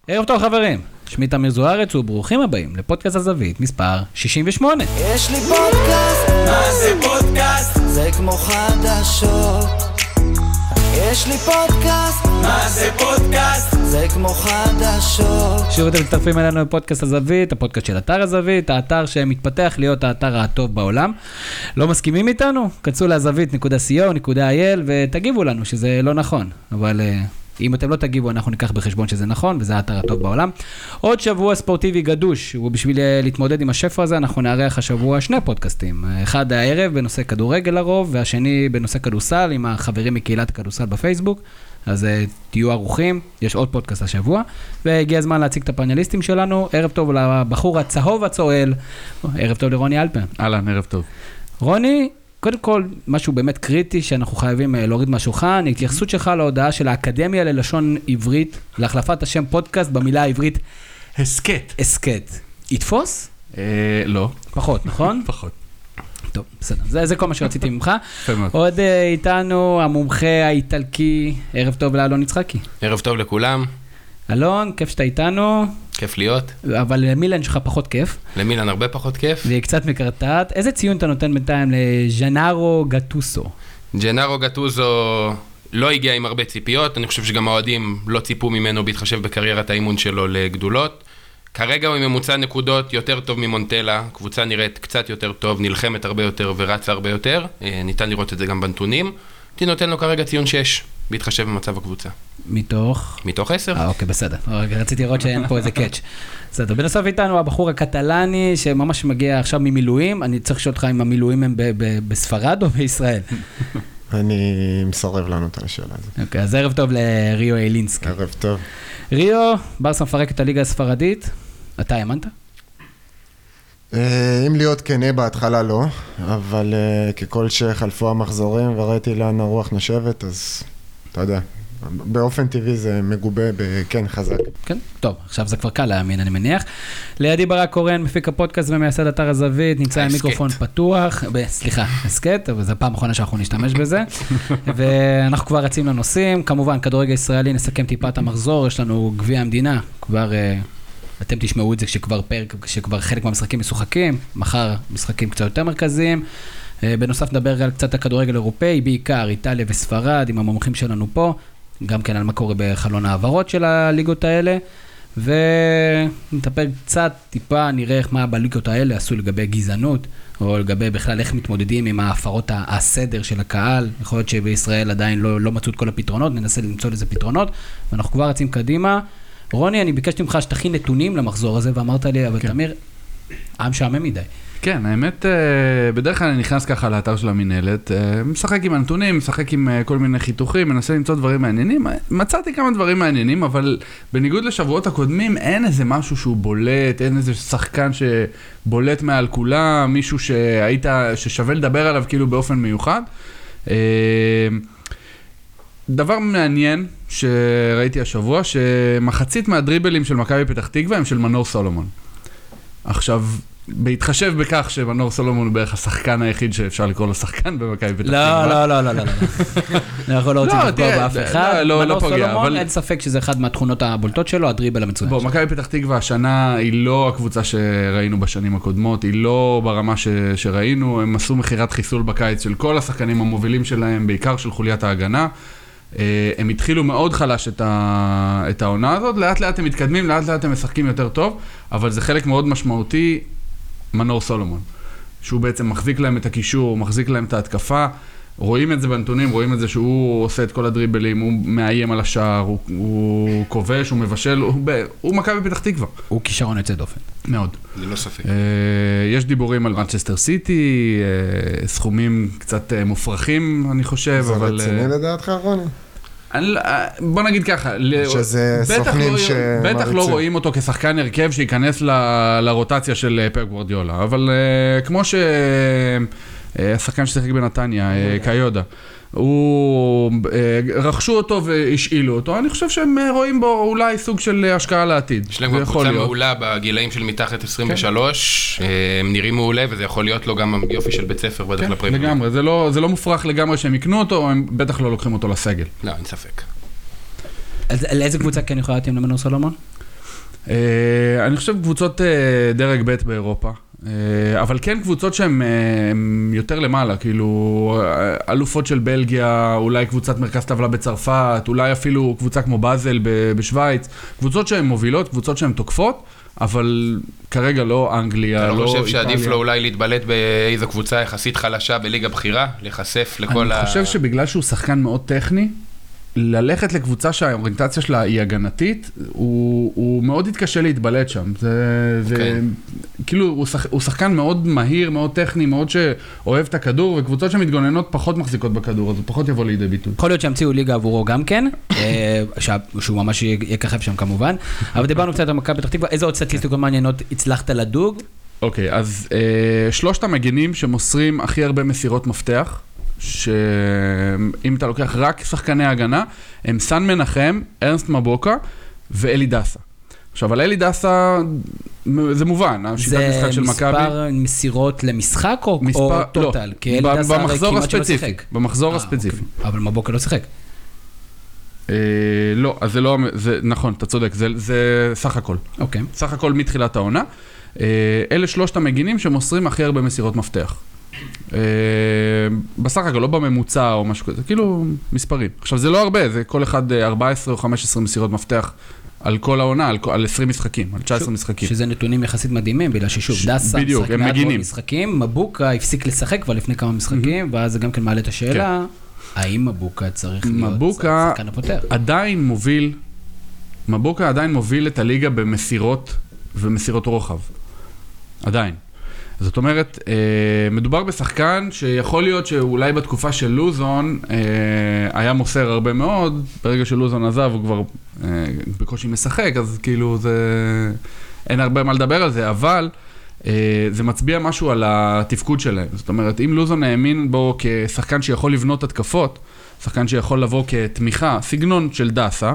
ערב טוב חברים, שמי תמיר זוארץ וברוכים הבאים לפודקאסט הזווית מספר 68. יש לי פודקאסט, מה זה פודקאסט? זה כמו חדשות. יש לי פודקאסט, מה זה פודקאסט? זה כמו חדשות. שוב אתם מצטרפים אלינו בפודקאסט הזווית, הפודקאסט של אתר הזווית, האתר שמתפתח להיות האתר הטוב בעולם. לא מסכימים איתנו? כנסו להזווית.co.il ותגיבו לנו שזה לא נכון, אבל אם אתם לא תגיבו, אנחנו ניקח בחשבון שזה נכון, וזה האתר הטוב בעולם. עוד שבוע ספורטיבי גדוש, ובשביל להתמודד עם השפע הזה, אנחנו נארח השבוע שני פודקאסטים. אחד הערב בנושא כדורגל לרוב, והשני בנושא כדורסל, עם החברים מקהילת כדורסל בפייסבוק. אז תהיו ערוכים, יש עוד פודקאסט השבוע, והגיע הזמן להציג את הפאנליסטים שלנו. ערב טוב לבחור הצהוב הצועל, ערב טוב לרוני אלפרין. אהלן, ערב טוב. רוני, קודם כל, משהו באמת קריטי שאנחנו חייבים להוריד מהשולחן, התייחסות שלך להודעה של האקדמיה ללשון עברית, להחלפת השם פודקאסט במילה העברית הסקט. הסקט. יתפוס? לא. פחות, נכון? פחות. טוב, בסדר. זה כל מה שרציתי ממך. עוד איתנו המומחה האיטלקי, ערב טוב לאלון יצחקי. ערב טוב לכולם. אלון, כיף שאתה איתנו. כיף להיות. אבל למילן שלך פחות כיף. למילן הרבה פחות כיף. והיא קצת מקרטעת. איזה ציון אתה נותן בינתיים לג'נארו גטוסו? ג'נארו גטוסו לא הגיע עם הרבה ציפיות. אני חושב שגם האוהדים לא ציפו ממנו בהתחשב בקריירת האימון שלו לגדולות. כרגע הוא עם ממוצע נקודות יותר טוב ממונטלה. קבוצה נראית קצת יותר טוב, נלחמת הרבה יותר ורצה הרבה יותר. ניתן לראות את זה גם בנתונים. אני נותן לו כרגע ציון 6. בהתחשב במצב הקבוצה. מתוך 10. אוקיי, בסדר. רציתי לראות שאין פה איזה קאץ'. בסדר. בנוסף איתנו הבחור הקטלני שממש מגיע עכשיו ממילואים. אני צריך לשאול אותך אם המילואים הם בספרד או בישראל? אני מסרב לענות על השאלה הזאת. אוקיי, אז ערב טוב לריו אילינסקי. ערב טוב. ריו, ברסה מפרק את הליגה הספרדית. אתה האמנת? אם להיות כנה בהתחלה לא, אבל ככל שחלפו המחזורים וראיתי לאן הרוח נשבת, אז אתה יודע, באופן טבעי זה מגובה בכן חזק. כן, טוב, עכשיו זה כבר קל להאמין, אני מניח. לידי ברק קורן, מפיק הפודקאסט ומייסד אתר הזווית, נמצא עם מיקרופון פתוח, סליחה, הסקט, אבל זו פעם אחרונה שאנחנו נשתמש בזה, ואנחנו כבר רצים לנושאים, כמובן, כדורגל ישראלי, נסכם טיפה את המחזור, יש לנו גביע המדינה, כבר אתם תשמעו את זה כשכבר חלק מהמשחקים משוחקים, מחר משחקים קצת יותר מרכזיים, בנוסף נדבר על קצת הכדורגל אירופאי, בעיקר איטליה וספרד, עם המומחים שלנו פה, גם כן על מה קורה בחלון העברות של הליגות האלה, ונטפל קצת, טיפה, נראה איך מה בליגות האלה עשו לגבי גזענות, או לגבי בכלל איך מתמודדים עם ההפרות הסדר של הקהל, יכול להיות שבישראל עדיין לא מצאו את כל הפתרונות, ננסה למצוא לזה פתרונות, ואנחנו כבר רצים קדימה. רוני, אני ביקשתי ממך שתכין נתונים למחזור הזה, ואמרת לי, אבל תמיר, עם שעמם מדי. כן, האמת, בדרך כלל אני נכנס ככה לאתר של המנהלת, משחק עם הנתונים, משחק עם כל מיני חיתוכים, מנסה למצוא דברים מעניינים, מצאתי כמה דברים מעניינים, אבל בניגוד לשבועות הקודמים, אין איזה משהו שהוא בולט, אין איזה שחקן שבולט מעל כולם, מישהו ששווה לדבר עליו כאילו באופן מיוחד. דבר מעניין שראיתי השבוע, שמחצית מהדריבלים של מכבי פתח תקווה הם של מנור סולומון. עכשיו, בהתחשב בכך שמנור סולומון הוא בערך השחקן היחיד שאפשר לקרוא לו שחקן במכבי פתח תקווה. לא. אנחנו לא רוצים לפגוע באף אחד. מנור סולומון, אין ספק שזה אחד מהתכונות הבולטות שלו, הדריבל המצוין. בוא, מכבי פתח תקווה השנה היא לא הקבוצה שראינו בשנים הקודמות, היא לא ברמה שראינו, הם עשו מחירת חיסול בקיץ של כל השחקנים המובילים שלהם, בעיקר של חוליית ההגנה. הם התחילו מאוד חלש את העונה הזאת, לאט לאט הם מתקדמים, לאט לאט הם משחקים יותר טוב, אבל זה חלק מאוד משמעותי, מנור סולומון, שהוא בעצם מחזיק להם את הקישור, מחזיק להם את ההתקפה, רואים את זה בנתונים, רואים את זה שהוא עושה את כל הדריבלים, הוא מאיים על השער, הוא כובש, הוא מבשל, הוא מכבי פתח תקווה. הוא כישרון יוצא דופן. מאוד. זה לא ספק. יש דיבורים על מנצ'סטר סיטי, סכומים קצת מופרכים, אני חושב, זה אבל... זה רציני לדעתך, רוני? בוא נגיד ככה, שזה סוכנים בטח לא רואים אותו כשחקן הרכב שייכנס לרוטציה של פפ גוורדיולה, אבל כמו שהשחקן ששיחק בנתניה, קיודה, רכשו אותו והשאילו אותו, אני חושב שהם רואים בו אולי סוג של השקעה לעתיד. יש להם קבוצה מעולה בגילאים של מתחת 23, הם נראים מעולה וזה יכול להיות לו גם יופי של בית ספר בדרך לפרמייר. לגמרי, זה לא מופרך לגמרי שהם יקנו אותו, הם בטח לא לוקחים אותו לסגל. לא, אין ספק. אז לאיזה קבוצה כן יכולה להתאים למנור סולומון? אני חושב קבוצות דרג ב' באירופה, אבל כן קבוצות שהן יותר למעלה, כאילו אלופות של בלגיה, אולי קבוצת מרכז טבלה בצרפת, אולי אפילו קבוצה כמו באזל בשוויץ, קבוצות שהן מובילות, קבוצות שהן תוקפות, אבל כרגע לא אנגליה, לא איטליה. אתה לא חושב שעדיף לו אולי להתבלט באיזו קבוצה יחסית חלשה בליגה בכירה, להיחשף לכל אני חושב שבגלל שהוא שחקן מאוד טכני, ללכת לקבוצה שהאוריינטציה שלה היא הגנתית, הוא מאוד התקשה להתבלט שם. כאילו, הוא שחקן מאוד מהיר, מאוד טכני, מאוד שאוהב את הכדור, וקבוצות שמתגוננות פחות מחזיקות בכדור, אז הוא פחות יבוא לידי ביטוי. יכול להיות שהמציאו ליגה עבורו גם כן, שהוא ממש יככב שם כמובן, אבל דיברנו קצת על מכבי פתח תקווה, איזה עוד סטטיסטיקות מעניינות הצלחת לדוג? אוקיי, אז שלושת המגנים שמוסרים הכי הרבה מסירות מפתח, שאם אתה לוקח רק שחקני הגנה, הם סן מנחם, ארנסט מבוקה ואלי דסה. עכשיו, על אלי דסה, זה מובן, השיטת משחק של מכבי. זה מספר מסירות למשחק או טוטל? כי אלי דסה הרי כמעט שלא שיחק. במחזור הספציפי. אבל מבוקה לא שיחק. לא, אז זה לא, נכון, אתה צודק, זה סך הכל. אוקיי. סך הכל מתחילת העונה. אלה שלושת המגינים שמוסרים הכי הרבה מסירות מפתח. בסך הכל, לא בממוצע או משהו כזה, כאילו מספרים. עכשיו זה לא הרבה, זה כל אחד 14 או 15 מסירות מפתח על כל העונה, על 20 משחקים, על 19 משחקים. שזה נתונים יחסית מדהימים, בגלל ששוב, דסה משחק מעט מאוד משחקים, מבוקה הפסיק לשחק כבר לפני כמה משחקים, ואז זה גם כן מעלה את השאלה, האם מבוקה צריך להיות שחקן הפותח? מבוקה עדיין מוביל את הליגה במסירות ומסירות רוחב. עדיין. זאת אומרת, מדובר בשחקן שיכול להיות שאולי בתקופה של לוזון היה מוסר הרבה מאוד, ברגע שלוזון עזב הוא כבר בקושי משחק, אז כאילו אין הרבה מה לדבר על זה, אבל זה מצביע משהו על התפקוד שלהם. זאת אומרת, אם לוזון האמין בו כשחקן שיכול לבנות התקפות, שחקן שיכול לבוא כתמיכה, סגנון של דסה,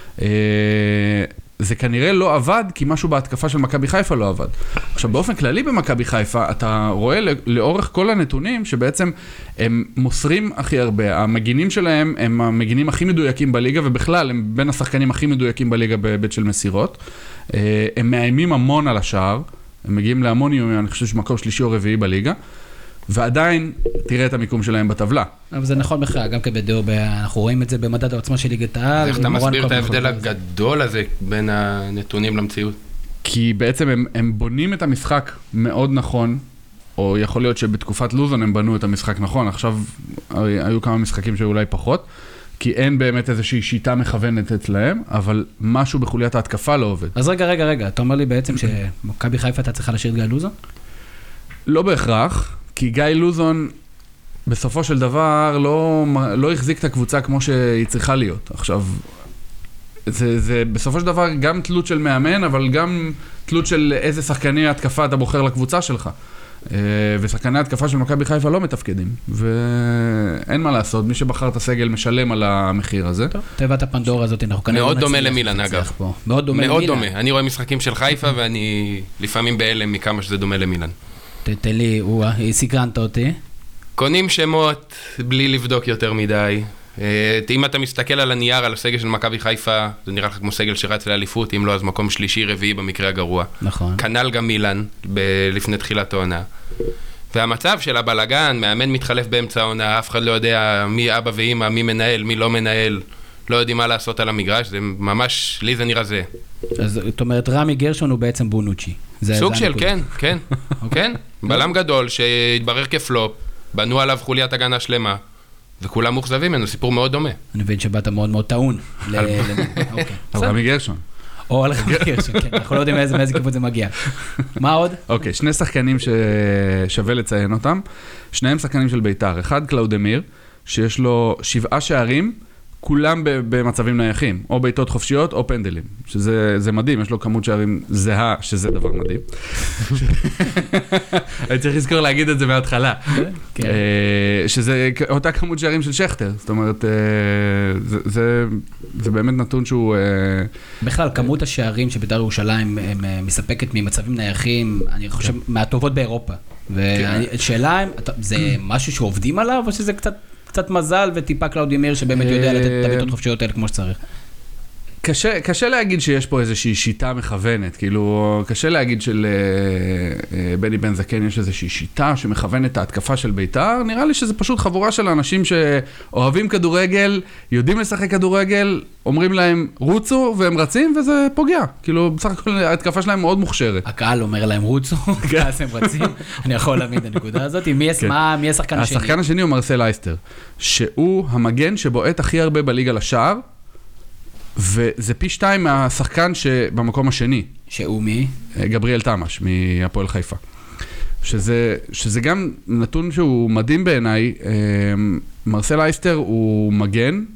זה כנראה לא עבד, כי משהו בהתקפה של מכבי חיפה לא עבד. עכשיו, באופן כללי במכבי חיפה, אתה רואה לאורך כל הנתונים, שבעצם הם מוסרים הכי הרבה. המגינים שלהם הם המגינים הכי מדויקים בליגה, ובכלל הם בין השחקנים הכי מדויקים בליגה בהיבט של מסירות. הם מאיימים המון על השער, הם מגיעים להמון איומים, אני חושב שמקום שלישי או רביעי בליגה, ועדיין תראה את המיקום שלהם בטבלה. אבל זה נכון בכלל, גם כבדור, אנחנו רואים את זה במדד העוצמה של ליגת העל. איך אתה מסביר את ההבדל הגדול הזה בין הנתונים למציאות? כי בעצם הם בונים את המשחק מאוד נכון, או יכול להיות שבתקופת לוזון הם בנו את המשחק נכון, עכשיו היו כמה משחקים שאולי פחות, כי אין באמת איזושהי שיטה מכוונת אצלהם, אבל משהו בחוליית ההתקפה לא עובד. אז רגע, אתה אומר לי בעצם שמכבי חיפה אתה צריכה להשאיר את גיא לוזון? לא בהכרח. כי גיא לוזון בסופו של דבר לא החזיק את הקבוצה כמו שהיא צריכה להיות. עכשיו, זה בסופו של דבר גם תלות של מאמן, אבל גם תלות של איזה שחקני התקפה אתה בוחר לקבוצה שלך. ושחקני התקפה של מכבי חיפה לא מתפקדים. ואין מה לעשות, מי שבחר את הסגל משלם על המחיר הזה. טוב, תיבת הפנדורה הזאת, אנחנו כנראה מאוד דומה למילן, אגב. מאוד דומה למילן. מאוד דומה. אני רואה משחקים של חיפה, ואני לפעמים בהלם מכמה שזה דומה למילן. תתן לי, סקרנת אותי. קונים שמות בלי לבדוק יותר מדי. אם אתה מסתכל על הנייר, על הסגל של מכבי חיפה, זה נראה לך כמו סגל שרץ לאליפות, אם לא, אז מקום שלישי, רביעי במקרה הגרוע. נכון. כנ"ל גם מילן, לפני תחילת העונה. והמצב של הבלגן, מאמן מתחלף באמצע העונה, אף אחד לא יודע מי אבא ואמא, מי מנהל, מי לא מנהל, לא יודעים מה לעשות על המגרש, זה ממש, לי זה נראה זה. אז זאת אומרת, רמי גרשון הוא בעצם בונוצ'י. סוג של, כן. בלם גדול שהתברר כפלופ, בנו עליו חוליית הגנה שלמה, וכולם מוחזבים ממנו, סיפור מאוד דומה. אני מבין שבאת מאוד מאוד טעון. על רמי גרשון. או על רמי גרשון, כן. אנחנו לא יודעים מאיזה כיוון זה מגיע. מה עוד? אוקיי, שני שחקנים ששווה לציין אותם. שניהם שחקנים של ביתר. אחד, קלאודמיר, שיש לו 7 שערים, כולם במצבים נייחים, או בעיטות חופשיות או פנדלים, שזה מדהים, יש לו כמות שערים זהה, שזה דבר מדהים. אני צריך לזכור להגיד את זה מההתחלה. שזה אותה כמות שערים של שכטר, זאת אומרת, זה באמת נתון שהוא... בכלל, כמות השערים שבית"ר ירושלים מספקת ממצבים נייחים, אני חושב, מהטובות באירופה. והשאלה, זה משהו שעובדים עליו, או שזה קצת מזל וטיפה קלאודימיר שבאמת יודע לתת את הבעיטות חופשיות האלה כמו שצריך? קשה להגיד שיש פה איזושהי שיטה מכוונת, כאילו, קשה להגיד בני בן זקן יש איזושהי שיטה שמכוונת את ההתקפה של בית"ר, נראה לי שזה פשוט חבורה של אנשים שאוהבים כדורגל, יודעים לשחק כדורגל, אומרים להם רוצו והם רצים וזה פוגע, כאילו, בסך הכל ההתקפה שלהם מאוד מוכשרת. הקהל אומר להם רוצו, אז הם רצים, אני יכול להבין את הנקודה הזאת, מי השחקן השני? השחקן השני הוא מרסל אייסטר, שהוא המגן שבועט הכי הרבה בליגה לשער, וזה פי 2 מהשחקן שבמקום השני. שהוא מי? גבריאל תמש, מהפועל חיפה. שזה גם נתון שהוא מדהים בעיניי. מרסל אייסטר הוא מגן,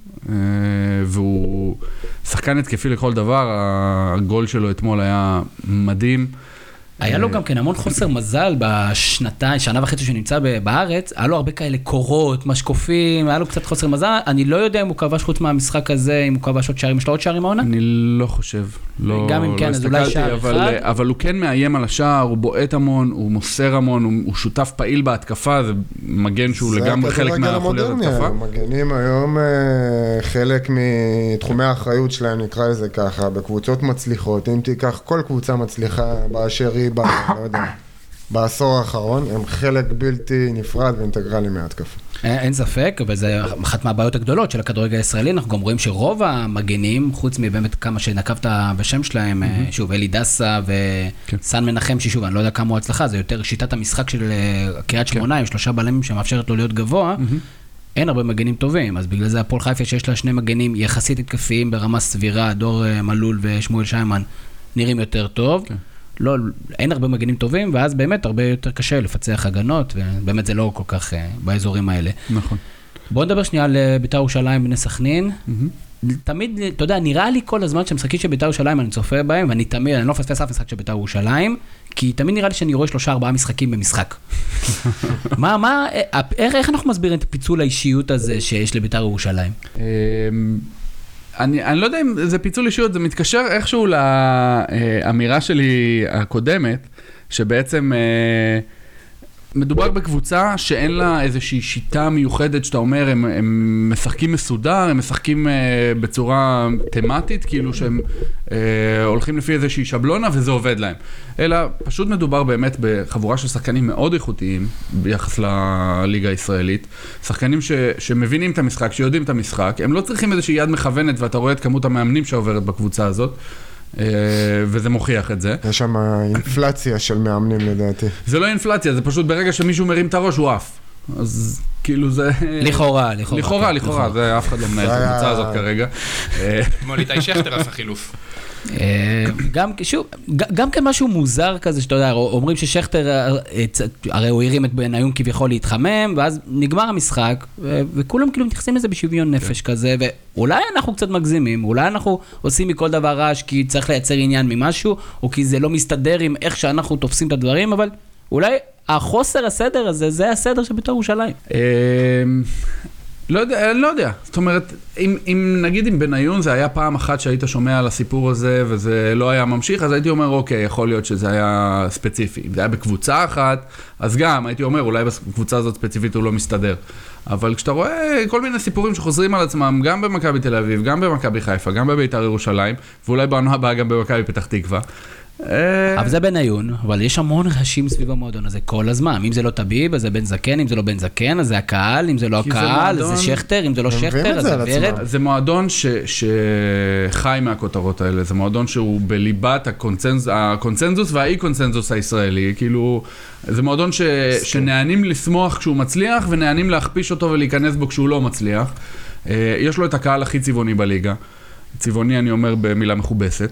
והוא שחקן התקפי לכל דבר. הגול שלו אתמול היה מדהים. היה לו גם כן המון חוסר מזל בשנתיים, שנה וחצי שהוא נמצא בארץ, היה לו הרבה כאלה קורות, משקופים, היה לו קצת חוסר מזל, אני לא יודע אם הוא כבש חוץ מהמשחק הזה, אם הוא כבש עוד שערים, יש לו עוד שערים העונה? אני לא חושב, גם אם כן, אז אולי שער אחד. אבל הוא כן מאיים על השער, הוא בועט המון, הוא מוסר המון, הוא שותף פעיל בהתקפה, זה מגן שהוא לגמרי חלק מהחוליות התקפה. מגנים היום חלק מתחומי האחריות שלהם, נקרא לזה ככה, בקבוצות מצליחות, אם תיקח כל קבוצה מצליחה באשר היא, לא יודע, בעשור האחרון, הם חלק בלתי נפרד ואינטגרלי מההתקפה. אין ספק, וזה אחת מהבעיות הגדולות של הכדורגל הישראלי, אנחנו גם רואים שרוב המגנים, חוץ מבאמת כמה שנקבת בשם שלהם, שוב, אלי דסה וסן מנחם, ששוב, אני לא יודע כמה הוא הצלחה, זה יותר שיטת המשחק של קריית שמונה, עם 3 בלמים שמאפשרת לו להיות גבוה, אין הרבה מגנים טובים, אז בגלל זה הפועל חיפה שיש לה 2 מגנים יחסית התקפיים ברמה סבירה, דור מלול ושמואל שיימן נראים יותר טוב. לא, אין הרבה מגנים טובים, ואז באמת הרבה יותר קשה לפצח הגנות, ובאמת זה לא כל כך באזורים האלה. נכון. בואו נדבר שנייה על בית"ר ירושלים בני סכנין. תמיד, אתה יודע, נראה לי כל הזמן שמשחקים של בית"ר ירושלים, אני צופה בהם, ואני תמיד, אני לא מפספס אף משחק של בית"ר ירושלים, כי תמיד נראה לי שאני רואה 3-4 משחקים במשחק. איך אנחנו מסבירים את פיצול האישיות הזה שיש לבית"ר ירושלים? אני לא יודע אם זה פיצול אישיות, זה מתקשר איכשהו לאמירה שלי הקודמת, שבעצם מדובר בקבוצה שאין לה איזושהי שיטה מיוחדת שאתה אומר, הם משחקים מסודר, הם משחקים בצורה תמטית, כאילו שהם הולכים לפי איזושהי שבלונה וזה עובד להם. אלא פשוט מדובר באמת בחבורה של שחקנים מאוד איכותיים ביחס לליגה הישראלית, שחקנים שמבינים את המשחק, שיודעים את המשחק, הם לא צריכים איזושהי יד מכוונת ואתה רואה את כמות המאמנים שעוברת בקבוצה הזאת, וזה מוכיח את זה. יש שם אינפלציה של מאמנים לדעתי. זה לא אינפלציה, זה פשוט ברגע שמישהו מרים את הראש הוא עף. אז כאילו זה... לכאורה. זה אף אחד לא מנהל את הקבוצה הזאת כרגע. כמו ליטאי שכטר עשה חילוף. גם כן משהו מוזר כזה, שאתה יודע, אומרים ששכטר, הרי הוא הרים את בניון כביכול להתחמם, ואז נגמר המשחק, וכולם כאילו מתייחסים לזה בשוויון נפש כזה, ואולי אנחנו קצת מגזימים, אולי אנחנו עושים מכל דבר רעש, כי צריך לייצר עניין ממשהו, או כי זה לא מסתדר עם איך שאנחנו תופסים את הדברים, אבל אולי החוסר הסדר הזה, זה הסדר של בית"ר ירושלים. לא יודע, זאת אומרת, אם נגיד עם בניון זה היה פעם אחת שהיית שומע על הסיפור הזה וזה לא היה ממשיך, אז הייתי אומר, אוקיי, יכול להיות שזה היה ספציפי. אם זה היה בקבוצה אחת, אז גם הייתי אומר, אולי בקבוצה הזאת ספציפית הוא לא מסתדר. אבל כשאתה רואה כל מיני סיפורים שחוזרים על עצמם, גם במכבי תל אביב, גם במכבי חיפה, גם בבית"ר ירושלים, ואולי בעונה הבאה גם במכבי פתח תקווה, אבל זה בניון, אבל יש המון רעשים סביב המועדון הזה כל הזמן. אם זה לא טביב, אז זה בן זקן, אם זה לא בן זקן, אז זה הקהל, אם זה לא הקהל, אז זה שכטר, אם זה לא שכטר, אז זה ורד. זה מועדון שחי מהכותרות האלה, זה מועדון שהוא בליבת הקונצנזוס והאי-קונצנזוס הישראלי, כאילו, זה מועדון שנענים לשמוח כשהוא מצליח, ונענים להכפיש אותו ולהיכנס בו כשהוא לא מצליח. יש לו את הקהל הכי צבעוני בליגה. צבעוני אני אומר במילה מכובסת.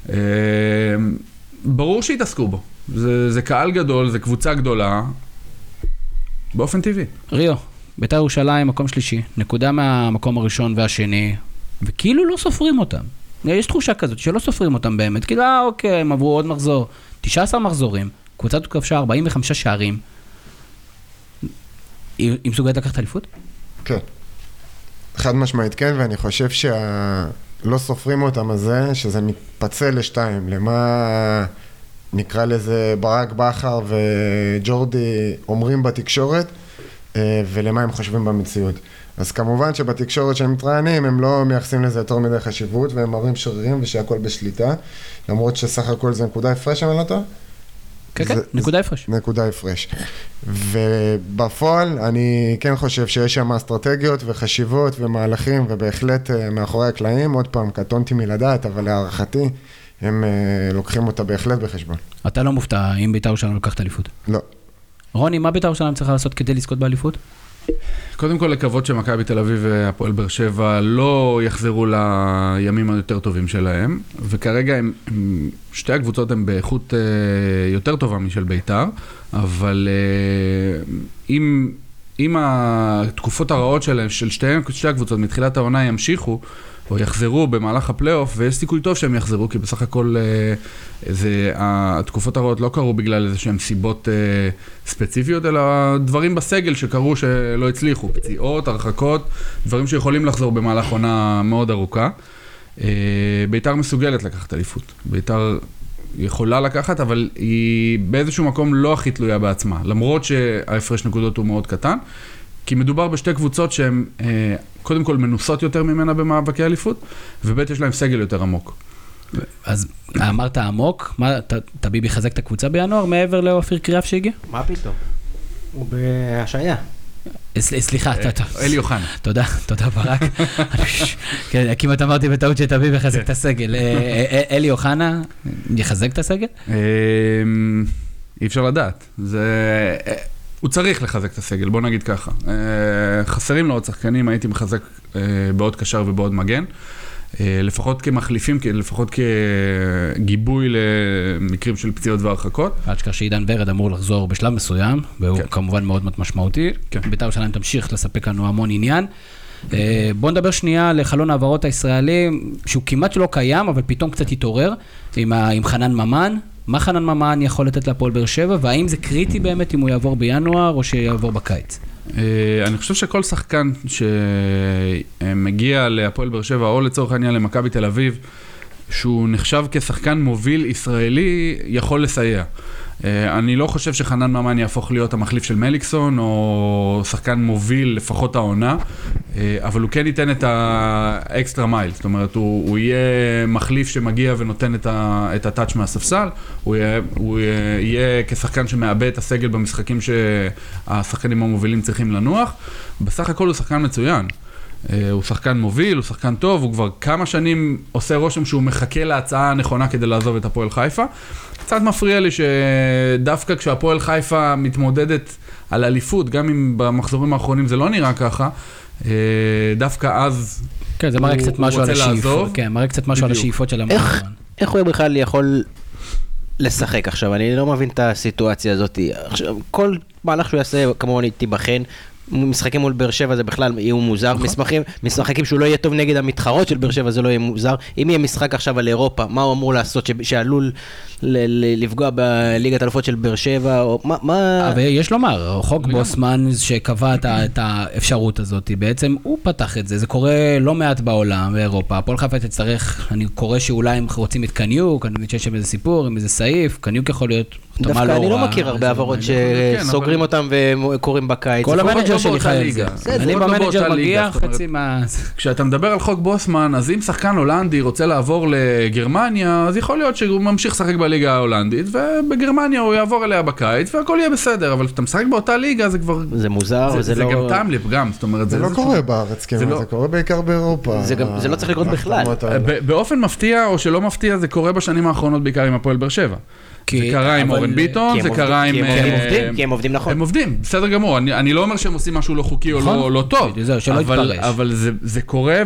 ברור שהתעסקו בו. זה קהל גדול, זה קבוצה גדולה, באופן טבעי. ריו, בית"ר ירושלים, מקום שלישי, נקודה מהמקום הראשון והשני, וכאילו לא סופרים אותם. יש תחושה כזאת שלא סופרים אותם באמת, כאילו, אוקיי, הם עברו עוד מחזור, 19 מחזורים, קבוצת כבשה 45 שערים. היא מסוגלת לקחת אליפות? כן. חד משמעית כן, ואני חושב לא סופרים אותם הזה, שזה מתפצל לשתיים, למה נקרא לזה ברק בכר וג'ורדי אומרים בתקשורת, ולמה הם חושבים במציאות. אז כמובן שבתקשורת שהם מתראיינים, הם לא מייחסים לזה יותר מדי חשיבות, והם מראים שרירים ושהכל בשליטה, למרות שסך הכל זה נקודה הפרש, אני לא טועה? כן, כן, נקודה הפרש. נקודה הפרש. ובפועל, אני כן חושב שיש שם אסטרטגיות וחשיבות ומהלכים, ובהחלט מאחורי הקלעים, עוד פעם, קטונתי מלדעת, אבל להערכתי, הם לוקחים אותה בהחלט בחשבון. אתה לא מופתע אם בית"ר ירושלים לוקחת אליפות? לא. רוני, מה בית"ר ירושלים צריכה לעשות כדי לזכות באליפות? קודם כל לקוות שמכבי תל אביב והפועל באר שבע לא יחזרו לימים היותר טובים שלהם, וכרגע שתי הקבוצות הן באיכות יותר טובה משל בית"ר, אבל אם התקופות הרעות שלהם, של שתי הקבוצות מתחילת העונה ימשיכו, או יחזרו במהלך הפלייאוף, ויש סיכוי טוב שהם יחזרו, כי בסך הכל התקופות הרעות לא קרו בגלל איזשהם סיבות ספציפיות, אלא דברים בסגל שקרו שלא הצליחו, פציעות, הרחקות, דברים שיכולים לחזור במהלך עונה מאוד ארוכה. בית"ר מסוגלת לקחת אליפות. בית"ר יכולה לקחת, אבל היא באיזשהו מקום לא הכי תלויה בעצמה, למרות שההפרש נקודות הוא מאוד קטן, כי מדובר בשתי קבוצות שהן קודם כל מנוסות יותר ממנה במאבקי אליפות, ובית יש להם סגל יותר עמוק. אז אמרת עמוק, מה, טביב יחזק את הקבוצה בינואר מעבר לאופיר קריאף שהגיע? מה פתאום? הוא בהשעיה. סליחה, אלי אוחנה. תודה ברק. כן, כמעט אמרתי בטעות שטביב יחזק את הסגל. אלי אוחנה יחזק את הסגל? אי אפשר לדעת. הוא צריך לחזק את הסגל, בוא נגיד ככה. חסרים לו עוד שחקנים, הייתי מחזק בעוד קשר ובעוד מגן. לפחות כמחליפים, לפחות כגיבוי למקרים של פציעות והרחקות. עד שכך שעידן ורד אמור לחזור בשלב מסוים, והוא כמובן מאוד מאוד משמעותי. בית"ר ירושלים תמשיך לספק לנו המון עניין. בואו נדבר שנייה לחלון העברות הישראלי, שהוא כמעט לא קיים, אבל פתאום קצת התעורר, עם חנן ממן. מה חנן ממן יכול לתת להפועל באר שבע, והאם זה קריטי באמת אם הוא יעבור בינואר או שיעבור בקיץ? אני חושב שכל שחקן שמגיע להפועל באר שבע, או לצורך העניין למכבי תל אביב, שהוא נחשב כשחקן מוביל ישראלי, יכול לסייע. אני לא חושב שחנן ממן יהפוך להיות המחליף של מליקסון, או שחקן מוביל לפחות העונה, אבל הוא כן ייתן את האקסטרה מייל, זאת אומרת, הוא יהיה מחליף שמגיע ונותן את הטאץ' מהספסל, הוא יהיה כשחקן שמאבד את הסגל במשחקים שהשחקנים המובילים צריכים לנוח, בסך הכל הוא שחקן מצוין. הוא שחקן מוביל, הוא שחקן טוב, הוא כבר כמה שנים עושה רושם שהוא מחכה להצעה הנכונה כדי לעזוב את הפועל חיפה. קצת מפריע לי שדווקא כשהפועל חיפה מתמודדת על אליפות, גם אם במחזורים האחרונים זה לא נראה ככה, דווקא אז כן, זה מראה קצת משהו על השאיפות. כן, מראה קצת משהו על השאיפות של המאמן. איך הוא בכלל יכול לשחק עכשיו? אני לא מבין את הסיטואציה הזאת. כל מהלך שהוא יעשה, כמובן תיבחן, משחקים מול באר שבע זה בכלל יהיו מוזר, משחקים שהוא לא יהיה טוב נגד המתחרות של באר שבע זה לא יהיה מוזר, אם יהיה משחק עכשיו על אירופה, מה הוא אמור לעשות שעלול לפגוע בליגת האלופות של באר שבע, או מה... אבל יש לומר, חוק בוסמן שקבע את האפשרות הזאת, בעצם הוא פתח את זה, זה קורה לא מעט בעולם, באירופה, הפועל חיפה תצטרך, אני קורא שאולי הם רוצים את קניוק, אני מבין שיש שם איזה סיפור, עם איזה סעיף, קניוק יכול להיות... דווקא אני לא מכיר הרבה עברות שסוגרים אותם וקוראים בקיץ. כל המנג'ר שלי חי על זה. אני במנג'ר מגיע חצי מה... כשאתה מדבר על חוק בוסמן, אז אם שחקן הולנדי רוצה לעבור לגרמניה, אז יכול להיות שהוא ממשיך לשחק בליגה ההולנדית, ובגרמניה הוא יעבור אליה בקיץ, והכל יהיה בסדר, אבל כשאתה משחק באותה ליגה, זה כבר... זה מוזר, זה לא... זה גם טעם לפגם, זאת אומרת... זה לא קורה בארץ, זה קורה בעיקר באירופה. זה לא צריך לקרות בכלל. באופן מפתיע או שלא מפתיע, זה קורה בשנים האחרונות בעיקר עם הפועל באר שבע. זה קרה עם אורן ביטון, זה קרה עם... כי הם עובדים נכון. הם עובדים, בסדר גמור. אני לא אומר שהם עושים משהו לא חוקי או לא טוב, אבל זה קורה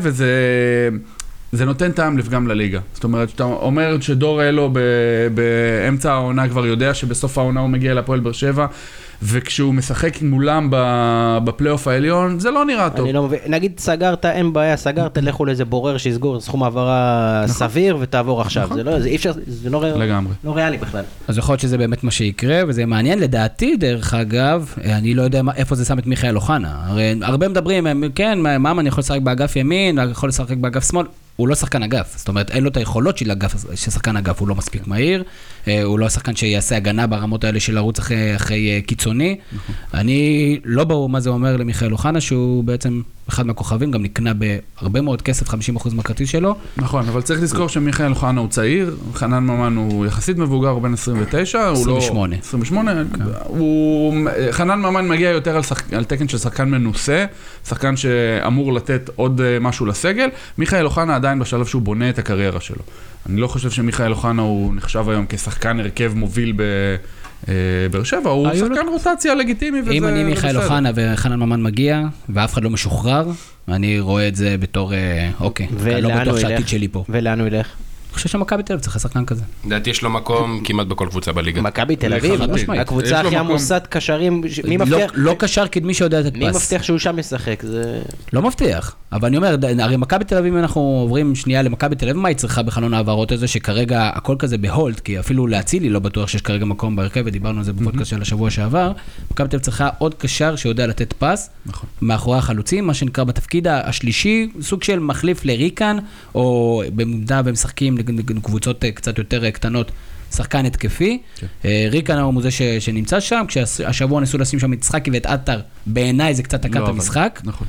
וזה נותן טעם לפגם לליגה. זאת אומרת, שאתה אומר שדור אלו באמצע העונה כבר יודע שבסוף העונה הוא מגיע לפועל באר שבע, וכשהוא משחק מולם בפלייאוף העליון, זה לא נראה טוב. אני לא מבין, נגיד סגרת, אין בעיה, סגרת, לכו לאיזה בורר שיסגור סכום העברה סביר ותעבור עכשיו. זה אי אפשר, זה לא ריאלי בכלל. אז יכול להיות שזה באמת מה שיקרה, וזה מעניין. לדעתי, דרך אגב, אני לא יודע איפה זה שם את מיכאל אוחנה. הרי הרבה מדברים, כן, מה אני יכול לשחק באגף ימין, יכול לשחק באגף שמאל. הוא לא שחקן אגף, זאת אומרת, אין לו את היכולות של שחקן אגף, הוא לא מספיק מהיר, הוא לא שחקן שיעשה הגנה ברמות האלה של לרוץ אחרי קיצוני. אני לא ברור מה זה אומר למיכאל אוחנה, שהוא בעצם אחד מהכוכבים, גם נקנה בהרבה מאוד כסף, 50% מהכרטיס שלו. נכון, אבל צריך לזכור שמיכאל אוחנה הוא צעיר, חנן ממן הוא יחסית מבוגר, הוא בן 29, 28. 28, חנן ממן מגיע יותר על תקן של שחקן מנוסה, שחקן שאמור לתת עוד משהו לסגל, מיכאל אוחנה עדיין בשלב שהוא בונה את הקריירה שלו. אני לא חושב שמיכאל אוחנה הוא נחשב היום כשחקן הרכב מוביל באר שבע, הוא שחקן רוטציה לגיטימי וזה בסדר. אם אני מיכאל אוחנה וחנן ממן מגיע, ואף אחד לא משוחרר, אני רואה את זה בתור, אוקיי, לא בטוח שהעתיד שלי פה. ולאן הוא ילך? אני חושב שמכבי תל אביב צריך לשחקן כזה. לדעתי יש לו מקום כמעט בכל קבוצה בליגה. מכבי תל אביב, הקבוצה הכי עמוסת קשרים, מי מבטיח? לא קשר קדמי שיודע לתת פס. מי מבטיח שהוא שם משחק? לא מבטיח, אבל אני אומר, הרי מכבי תל אביב, אם אנחנו עוברים שנייה למכבי תל אביב, מה היא צריכה בחלון העברות הזה, שכרגע הכל כזה בהולד, כי אפילו להצילי לא בטוח שיש כרגע מקום בהרכב, ודיברנו על זה בפודקאסט של השבוע שעבר, מכבי תל אביב צריכה עוד קשר שיודע לתת פס, מאחורי החלוצים, מה שנקרא בתפקיד השלישי, סוג של מחליף לריקן, או במודע ומשחקים קבוצות קצת יותר קטנות, שחקן התקפי. ריקן הוא זה שנמצא שם, כשהשבוע ניסו לשים שם את שחקי ואת אתר, בעיניי זה קצת תקע את המשחק. נכון.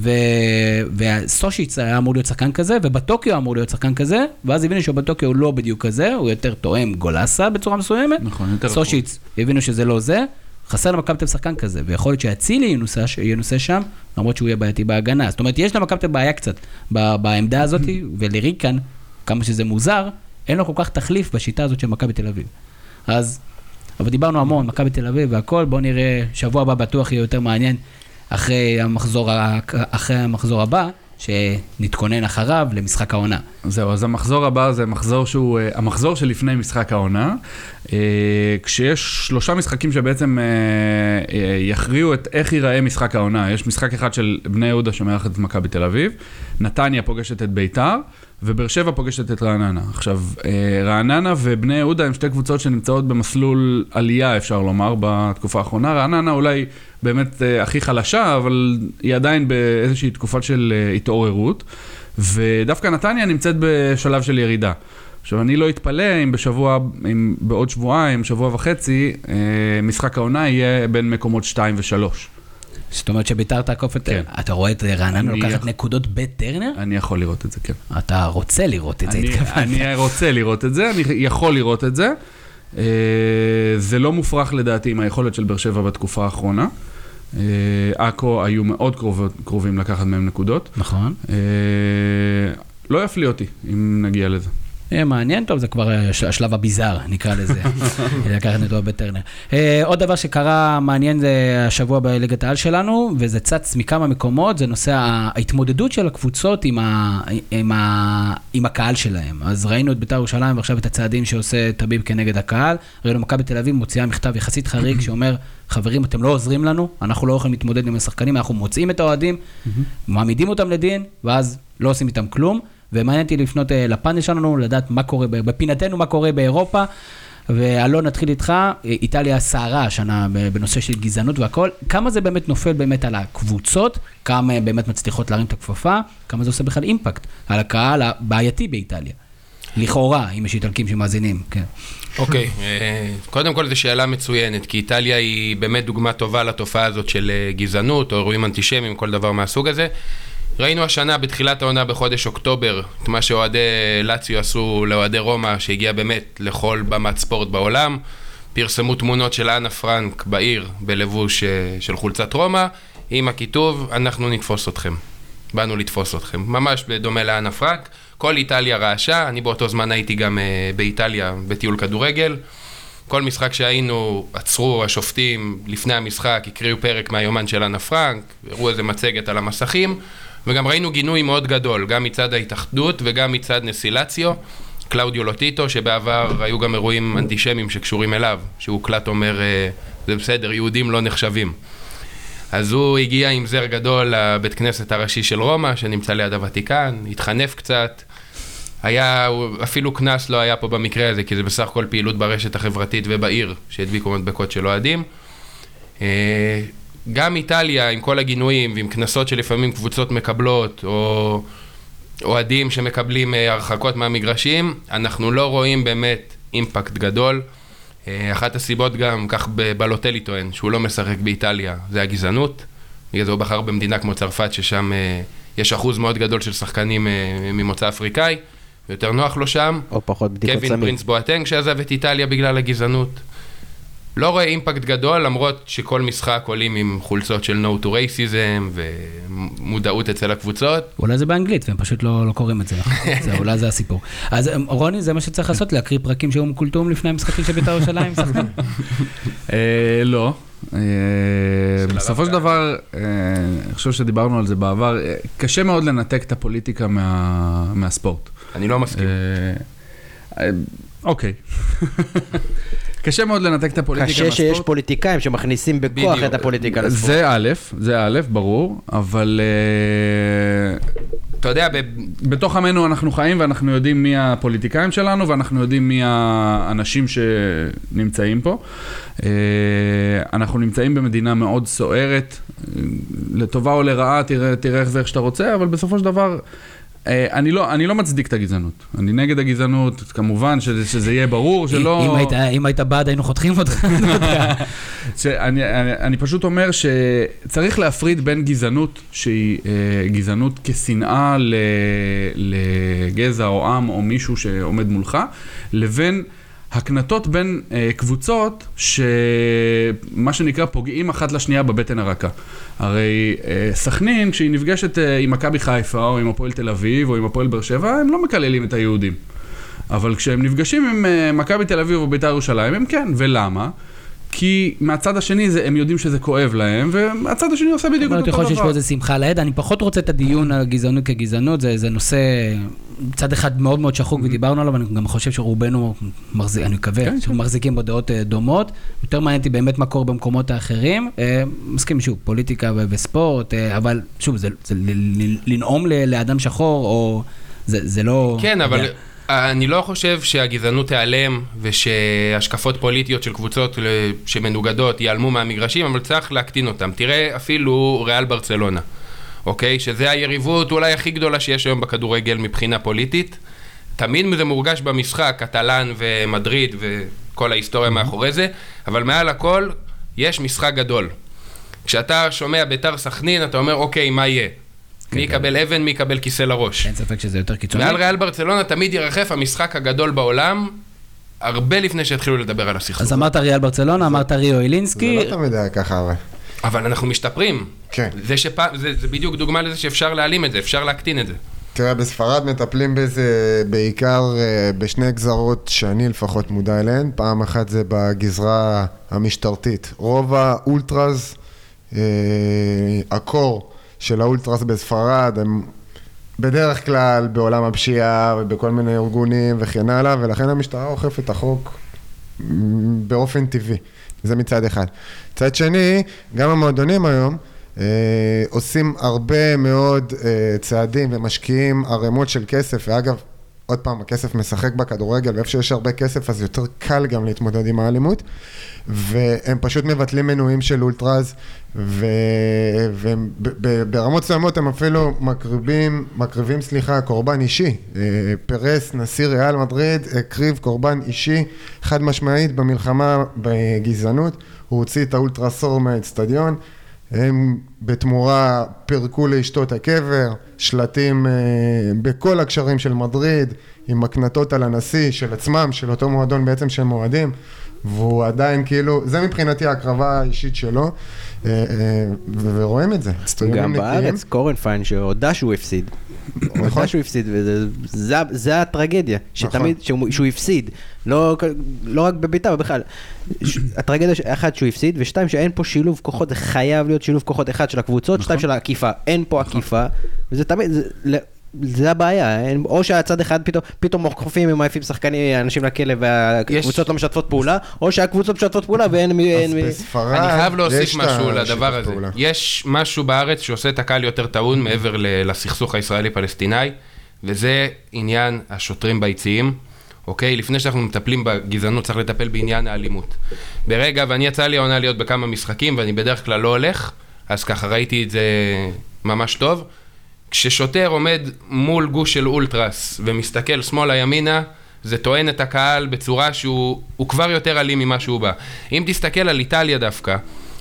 וסושיץ היה אמור להיות שחקן כזה, ובטוקיו אמור להיות שחקן כזה, ואז הבינו שבטוקיו הוא לא בדיוק כזה, הוא יותר תואם גולסה בצורה מסוימת. נכון, יותר סושיץ הבינו שזה לא זה, חסר למכבי תל אביב שחקן כזה, ויכול להיות שהצילי ינוסה שם, למרות שהוא יהיה בעייתי בהגנה. זאת אומרת, יש למכבי תל אביב בעיה קצת בעמדה הזאת, ולריקן, כמה שזה מוזר, אין לו כל כך תחליף בשיטה הזאת של מכבי תל אביב. אז, אבל דיברנו המון, מכבי תל אביב והכל, בואו נראה, שבוע הבא בטוח יהיה יותר מעניין, אחרי המחזור הבא, שנתכונן אחריו למשחק העונה. זהו, אז המחזור הבא זה מחזור שהוא, המחזור שלפני משחק העונה, כשיש 3 משחקים שבעצם יכריעו את איך ייראה משחק העונה. יש משחק אחד של בני יהודה שמארחת את מכבי תל אביב, נתניה פוגשת את ביתר, ובאר שבע פוגשת את רעננה. עכשיו, רעננה ובני יהודה הם 2 קבוצות שנמצאות במסלול עלייה, אפשר לומר, בתקופה האחרונה. רעננה אולי באמת הכי חלשה, אבל היא עדיין באיזושהי תקופה של התעוררות, ודווקא נתניה נמצאת בשלב של ירידה. עכשיו, אני לא אתפלא אם בעוד שבועיים, שבוע וחצי, משחק העונה יהיה בין מקומות 2 ו-3. זאת אומרת שביתר תעקוף את... אתה רואה את רעננה לוקחת נקודות בטרנר? אני יכול לראות את זה, כן. אתה רוצה לראות את זה, התכוונת. אני רוצה לראות את זה, אני יכול לראות את זה. זה לא מופרך לדעתי עם היכולת של באר שבע בתקופה האחרונה. עכו היו מאוד קרובים לקחת מהם נקודות. נכון. לא יפליא אותי אם נגיע לזה. מעניין, טוב, זה כבר השלב הביזר, נקרא לזה, לקחת נקודות בטרנר. עוד דבר שקרה מעניין זה השבוע בליגת העל שלנו, וזה צץ מכמה מקומות, זה נושא ההתמודדות של הקבוצות עם הקהל שלהם. אז ראינו את בית"ר ירושלים ועכשיו את הצעדים שעושה טביב כנגד הקהל, ראינו מכבי תל אביב מוציאה מכתב יחסית חריג שאומר, חברים, אתם לא עוזרים לנו, אנחנו לא יכולים להתמודד עם השחקנים, אנחנו מוצאים את האוהדים, מעמידים אותם לדין, ואז לא עושים איתם כלום. ומעניין אותי לפנות לפאנל שלנו, לדעת מה קורה, בפינתנו מה קורה באירופה, ואלון נתחיל איתך, איטליה סערה השנה בנושא של גזענות והכל, כמה זה באמת נופל באמת על הקבוצות, כמה באמת מצליחות להרים את הכפפה, כמה זה עושה בכלל אימפקט על הקהל הבעייתי באיטליה, לכאורה, אם יש איטלקים שמאזינים, כן. אוקיי, קודם כל זו שאלה מצוינת, כי איטליה היא באמת דוגמה טובה לתופעה הזאת של גזענות, או אירועים אנטישמיים, כל דבר מהסוג הזה. ראינו השנה בתחילת העונה בחודש אוקטובר, את מה שאוהדי לאציו עשו לאוהדי רומא, שהגיע באמת לכל במת ספורט בעולם. פרסמו תמונות של אנה פרנק בעיר בלבוש של חולצת רומא, עם הכיתוב, אנחנו נתפוס אתכם. באנו לתפוס אתכם. ממש בדומה לאנה פרנק. כל איטליה רעשה, אני באותו זמן הייתי גם באיטליה בטיול כדורגל. כל משחק שהיינו, עצרו השופטים לפני המשחק, הקריאו פרק מהיומן של אנה פרנק, הראו איזה מצגת על המסכים, וגם ראינו גינוי מאוד גדול, גם מצד ההתאחדות וגם מצד נסילציו, קלאודיו לוטיטו, שבעבר היו גם אירועים אנטישמיים שקשורים אליו, שהוא קלט אומר, זה בסדר, יהודים לא נחשבים. אז הוא הגיע עם זר גדול לבית כנסת הראשי של רומא, שנמצא ליד הוותיקן, התחנף קצת, היה, אפילו כנס לא היה פה במקרה הזה, כי זה בסך הכל פעילות ברשת החברתית ובעיר, שהדביקו מדבקות של אוהדים. גם איטליה, עם כל הגינויים ועם כנסות שלפעמים קבוצות מקבלות, או אוהדים שמקבלים הרחקות מהמגרשים, אנחנו לא רואים באמת אימפקט גדול. אחת הסיבות גם, כך בלוטלי טוען, שהוא לא משחק באיטליה, זה הגזענות. בגלל זה הוא בחר במדינה כמו צרפת, ששם יש אחוז מאוד גדול של שחקנים ממוצא אפריקאי, ויותר נוח לו שם. או פחות בדיקות סמים. קווין פרינס בואטנג שעזב את איטליה בגלל הגזענות. לא רואה אימפקט גדול, למרות שכל משחק עולים עם חולצות של no to racism ומודעות אצל הקבוצות. אולי זה באנגלית, והם פשוט לא קוראים את זה. אולי זה הסיפור. אז רוני, זה מה שצריך לעשות, להקריא פרקים שהיו מקולטום לפני המשחקים של בית"ר ירושלים? לא. בסופו של דבר, אני חושב שדיברנו על זה בעבר, קשה מאוד לנתק את הפוליטיקה מהספורט. אני לא מסכים. אוקיי. קשה מאוד לנתק את הפוליטיקה מהספורט. קשה שיש פוליטיקאים שמכניסים בכוח את הפוליטיקה לספורט. זה א', ברור, אבל אתה יודע, בתוך עמנו אנחנו חיים ואנחנו יודעים מי הפוליטיקאים שלנו ואנחנו יודעים מי האנשים שנמצאים פה. אנחנו נמצאים במדינה מאוד סוערת, לטובה או לרעה, תראה איך זה איך שאתה רוצה, אבל בסופו של דבר אני לא מצדיק את הגזענות. אני נגד הגזענות, כמובן שזה יהיה ברור שלא... אם היית בעד, היינו חותכים אותך. אני פשוט אומר שצריך להפריד בין גזענות, שהיא גזענות כשנאה לגזע או עם או מישהו שעומד מולך, לבין הקנטות בין קבוצות שמה שנקרא פוגעים אחת לשנייה בבטן הרכה. הרי סכנין, כשהיא נפגשת עם מכבי חיפה או עם הפועל תל אביב או עם הפועל באר שבע, הם לא מקללים את היהודים. אבל כשהם נפגשים עם מכבי תל אביב או בית"ר ירושלים, הם כן. ולמה? כי מהצד השני הם יודעים שזה כואב להם, והצד השני עושה בדיוק את אותו דבר. יכול שיש פה איזה שמחה ליד. אני פחות רוצה את הדיון על גזענות כגזענות, זה נושא צד אחד מאוד מאוד שחוק ודיברנו עליו, אני גם חושב שרובנו, אני מקווה, מחזיקים בדעות דומות. יותר מעניין אותי באמת מה קורה במקומות האחרים. מסכים שוב, פוליטיקה וספורט, אבל שוב, זה לנאום לאדם שחור, או זה לא... כן, אבל... אני לא חושב שהגזענות תיעלם ושהשקפות פוליטיות של קבוצות שמנוגדות ייעלמו מהמגרשים, אבל צריך להקטין אותם. תראה אפילו ריאל ברצלונה, אוקיי? שזה היריבות אולי הכי גדולה שיש היום בכדורגל מבחינה פוליטית. תמיד זה מורגש במשחק, קטלן ומדריד וכל ההיסטוריה מאחורי זה, אבל מעל הכל יש משחק גדול. כשאתה שומע בית"ר סכנין, אתה אומר, אוקיי, מה יהיה? מי יקבל אבן, מי יקבל כיסא לראש. אין ספק שזה יותר קיצוני. מעל ריאל ברצלונה תמיד ירחף המשחק הגדול בעולם, הרבה לפני שהתחילו לדבר על הסכסוך. אז אמרת ריאל ברצלונה, אמרת ריו אילינסקי. זה לא תמיד היה ככה, אבל אנחנו משתפרים. כן. זה בדיוק דוגמה לזה שאפשר להעלים את זה, אפשר להקטין את זה. תראה, בספרד מטפלים בזה בעיקר בשני גזרות שאני לפחות מודע אליהן. פעם אחת זה בגזרה המשטרתית. רוב האולטרס, הקור, של האולטרס בספרד, הם בדרך כלל בעולם הפשיעה ובכל מיני ארגונים וכן הלאה, ולכן המשטרה אוכפת את החוק באופן טבעי. זה מצד אחד. מצד שני, גם המועדונים היום עושים הרבה מאוד צעדים ומשקיעים ערימות של כסף, ואגב, עוד פעם, הכסף משחק בכדורגל, ואיפה שיש הרבה כסף, אז יותר קל גם להתמודד עם האלימות, והם פשוט מבטלים מנויים של אולטרז, וברמות מסוימות הם אפילו מקריבים, קורבן אישי. פרס, נשיא ריאל מדריד, הקריב קורבן אישי, חד משמעית במלחמה בגזענות, הוא הוציא את האולטרסור מהאצטדיון, הם בתמורה פרקו לאשתו את הקבר, שלטים בכל הקשרים של מדריד, עם מקנטות על הנשיא של עצמם, של אותו מועדון בעצם שהם מועדים, והוא עדיין כאילו, זה מבחינתי ההקרבה האישית שלו, ורואים את גם בארץ, קורנפיין שהודע שהוא הפסיד. הודע שהוא הפסיד, וזה הטרגדיה, שתמיד, שהוא הפסיד, לא רק בביתה, בכלל. הטרגדיה, אחד שהוא הפסיד, ושתיים שאין פה שילוב כוחות, זה חייב להיות שילוב כוחות, אחד של הקבוצות, שתיים של העקיפה, אין פה עקיפה, וזה תמיד, זה הבעיה, או שהצד אחד פתאום מוכפים עם מעיפים שחקנים, אנשים לכלא והקבוצות לא משתפות פעולה, או שהקבוצות משתפות פעולה ואין... אני חייב להוסיף משהו לדבר הזה. יש משהו בארץ שעושה את הקהל יותר טעון מעבר לסכסוך הישראלי-פלסטיני, וזה עניין השוטרים ביציעים. אוקיי? לפני שאנחנו מטפלים בגזענות, צריך לטפל בעניין האלימות. ברגע, ואני יצא לי העונה להיות בכמה משחקים, ואני בדרך כלל לא הולך, אז ככה ראיתי את זה ממש טוב. כששוטר עומד מול גוש של אולטרס ומסתכל שמאלה ימינה, זה טוען את הקהל בצורה שהוא כבר יותר אלים ממה שהוא בא. אם תסתכל על איטליה דווקא,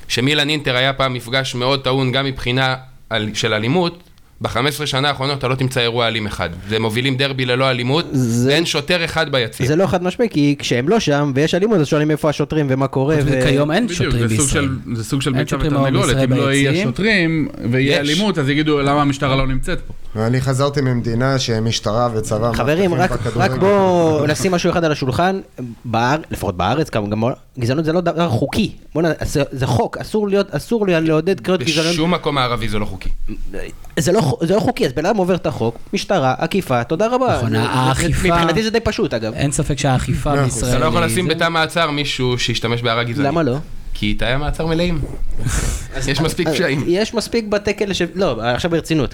שמילאן אינטר היה פעם מפגש מאוד טעון גם מבחינה של אלימות, ב-15 שנה האחרונות אתה לא תמצא אירוע אלים אחד. זה מובילים דרבי ללא אלימות, ואין שוטר אחד ביציע. זה לא חד משמעי, כי כשהם לא שם ויש אלימות, אז שואלים איפה השוטרים ומה קורה. וכיום אין שוטרים בישראל. זה סוג של ביצה ותרנגולת, אם לא יהיה שוטרים ויהיה אלימות, אז יגידו למה המשטרה לא נמצאת פה. ואני חזרתי ממדינה שמשטרה וצבא... חברים, רק בואו נשים משהו אחד על השולחן, לפחות בארץ, גם גזענות זה לא דבר חוקי. זה חוק, אסור לעודד קריאות גזענות. בשום מקום הערבי זה לא חוקי. זה לא חוקי, אז בלעם עובר את החוק, משטרה, עקיפה, תודה רבה. נכון, האכיפה... מבחינתי זה די פשוט, אגב. אין ספק שהאכיפה בישראל... אתה לא יכול לשים בתא מעצר מישהו שישתמש בהערה גזענית. למה לא? כי תאי מעצר מלאים. יש מספיק פשעים. יש מספיק בתי כלא לא, עכשיו ברצינות.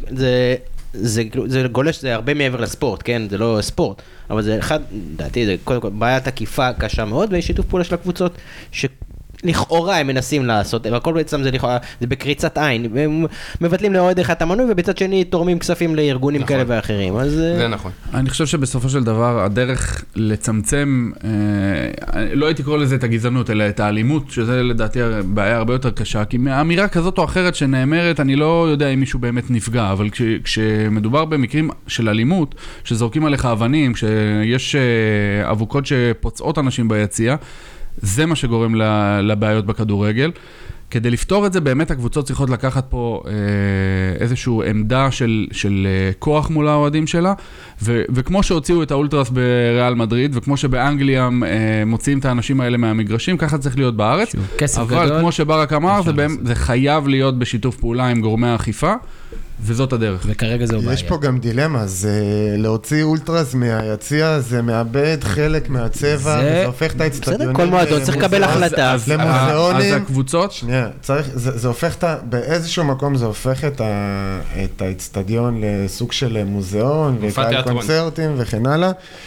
זה גולש, זה הרבה מעבר לספורט, כן? זה לא ספורט. אבל זה אחד, דעתי, זה קודם כל בעיית עקיפה קשה מאוד, ויש שיתוף פעולה של הקבוצות לכאורה הם מנסים לעשות, והכל בעצם זה לכאורה, זה בקריצת עין, הם מבטלים לאוהד אחד את המנוי, ובצד שני תורמים כספים לארגונים כאלה ואחרים, אז... זה נכון. אני חושב שבסופו של דבר, הדרך לצמצם, לא הייתי קורא לזה את הגזענות, אלא את האלימות, שזה לדעתי בעיה הרבה יותר קשה, כי מהאמירה כזאת או אחרת שנאמרת, אני לא יודע אם מישהו באמת נפגע, אבל כשמדובר במקרים של אלימות, שזורקים עליך אבנים, כשיש אבוקות שפוצעות אנשים ביציע, זה מה שגורם לבעיות בכדורגל. כדי לפתור את זה, באמת הקבוצות צריכות לקחת פה איזושהי עמדה של כוח מול האוהדים שלה, וכמו שהוציאו את האולטרס בריאל מדריד, וכמו שבאנגליה מוציאים את האנשים האלה מהמגרשים, ככה צריך להיות בארץ. אבל כמו שברק אמר, זה חייב להיות בשיתוף פעולה עם גורמי האכיפה, וזאת הדרך. וכרגע זהו בעיה. יש פה גם דילמה, זה להוציא אולטרס מהיציע, זה מאבד חלק מהצבע, וזה הופך את האצטדיונים. כל מועדון צריך לקבל החלטה. למוזיאונים. אז הקבוצות? שנייה, זה הופך באיזשהו מקום זה הופך את האצטדיון לסוג של מוזיאון, וקהל קונצרטים וכן הלאה,